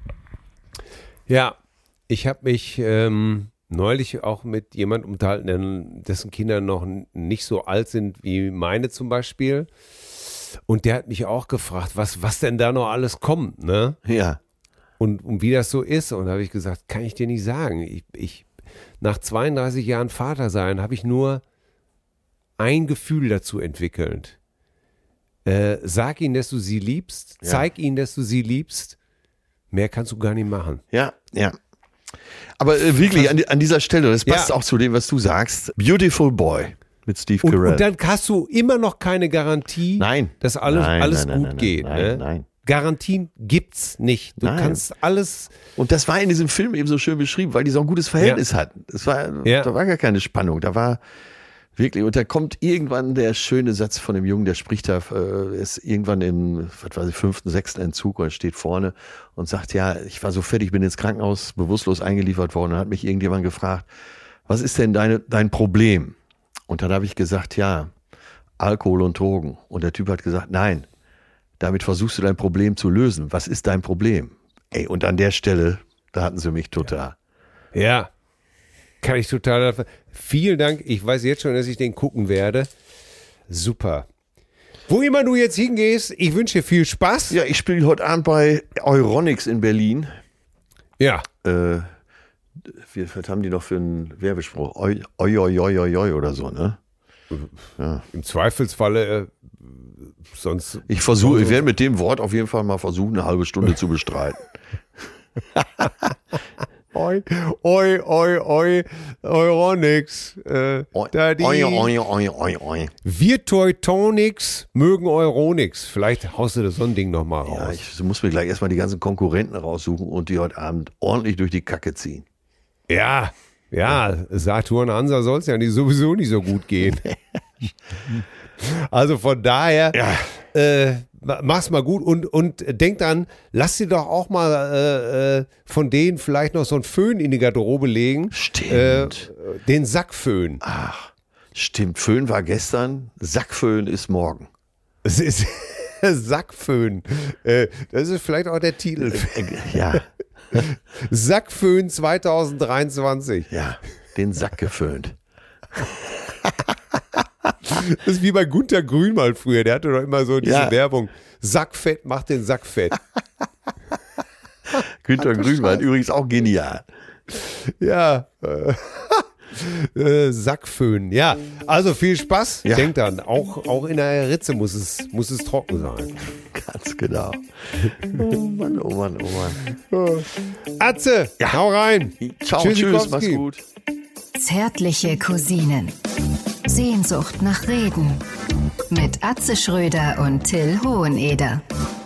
Ja, ich habe mich ähm, neulich auch mit jemandem unterhalten, dessen Kinder noch nicht so alt sind wie meine zum Beispiel. Und der hat mich auch gefragt, was, was denn da noch alles kommt, ne? Ja. Und, und wie das so ist. Und da habe ich gesagt, kann ich dir nicht sagen. Ich, ich, nach zweiunddreißig Jahren Vater sein, habe ich nur ein Gefühl dazu entwickelt. Äh, sag ihnen, dass du sie liebst. Ja. Zeig ihnen, dass du sie liebst. Mehr kannst du gar nicht machen. Ja, ja. Aber äh, wirklich, an, an dieser Stelle, das passt Ja. auch zu dem, was du sagst. Beautiful Boy mit Steve Und, Carell. und dann hast du immer noch keine Garantie, Nein. dass alles, Nein, alles nein, nein, gut nein, geht. nein, ne? nein. Garantien gibt's nicht. Du Nein. kannst alles. Und das war in diesem Film eben so schön beschrieben, weil die so ein gutes Verhältnis Ja. hatten. Es war, Ja. Da war gar keine Spannung. Da war wirklich, und da kommt irgendwann der schöne Satz von dem Jungen, der spricht da, äh, ist irgendwann im, was weiß ich, fünften, sechsten Entzug und steht vorne und sagt, ja, ich war so fertig, bin ins Krankenhaus bewusstlos eingeliefert worden. Und hat mich irgendjemand gefragt, was ist denn deine, dein Problem? Und dann habe ich gesagt, ja, Alkohol und Drogen. Und der Typ hat gesagt, nein, damit versuchst du dein Problem zu lösen. Was ist dein Problem? Ey, und an der Stelle, da hatten sie mich total. Ja. Kann ich total. Vielen Dank. Ich weiß jetzt schon, dass ich den gucken werde. Super. Wo immer du jetzt hingehst, ich wünsche dir viel Spaß. Ja, ich spiele heute Abend bei Euronics in Berlin. Ja. Äh, was haben die noch für einen Werbespruch? Oi, oi, oi, oi, oi, oi oder so, ne? Ja. Im Zweifelsfalle, äh, sonst. Ich versuche, ich werde mit dem Wort auf jeden Fall mal versuchen, eine halbe Stunde zu bestreiten. Oi, oi, oi, oi, Euronics. Äh, da die Oi, oi, oi, oi, oi. Wir Teutonics mögen Euronics. Vielleicht haust du das so ein Ding nochmal raus. Ja, ich muss mir gleich erstmal die ganzen Konkurrenten raussuchen und die heute Abend ordentlich durch die Kacke ziehen. Ja, ja, Saturn Hansa soll es ja nicht, sowieso nicht so gut gehen. Also von daher, Ja. äh, mach's mal gut und, und denk dann, lass dir doch auch mal äh, äh, von denen vielleicht noch so einen Föhn in die Garderobe legen. Stimmt. Äh, den Sackföhn. Ach, stimmt. Föhn war gestern, Sackföhn ist morgen. Es ist Sackföhn. Äh, das ist vielleicht auch der Titel. Äh, Ja, Sackföhn zwanzig dreiundzwanzig. ja, den Sack geföhnt. Das ist wie bei Gunter Grün mal früher. Der hatte doch immer so diese Ja. Werbung. Sackfett macht den Sack fett. Günter Grünwald übrigens auch genial. Ja. Äh, äh, Sackföhn. Ja, also viel Spaß. Ja. Denk dann, auch, auch in der Ritze muss es, muss es trocken sein. Ganz genau. Oh Mann, oh Mann, oh Mann. Atze, Ja. hau rein. Ciao, tschüss, Tschüssikowski. mach's gut. Zärtliche Cousinen. Sehnsucht nach Reden. Mit Atze Schröder und Till Hoheneder.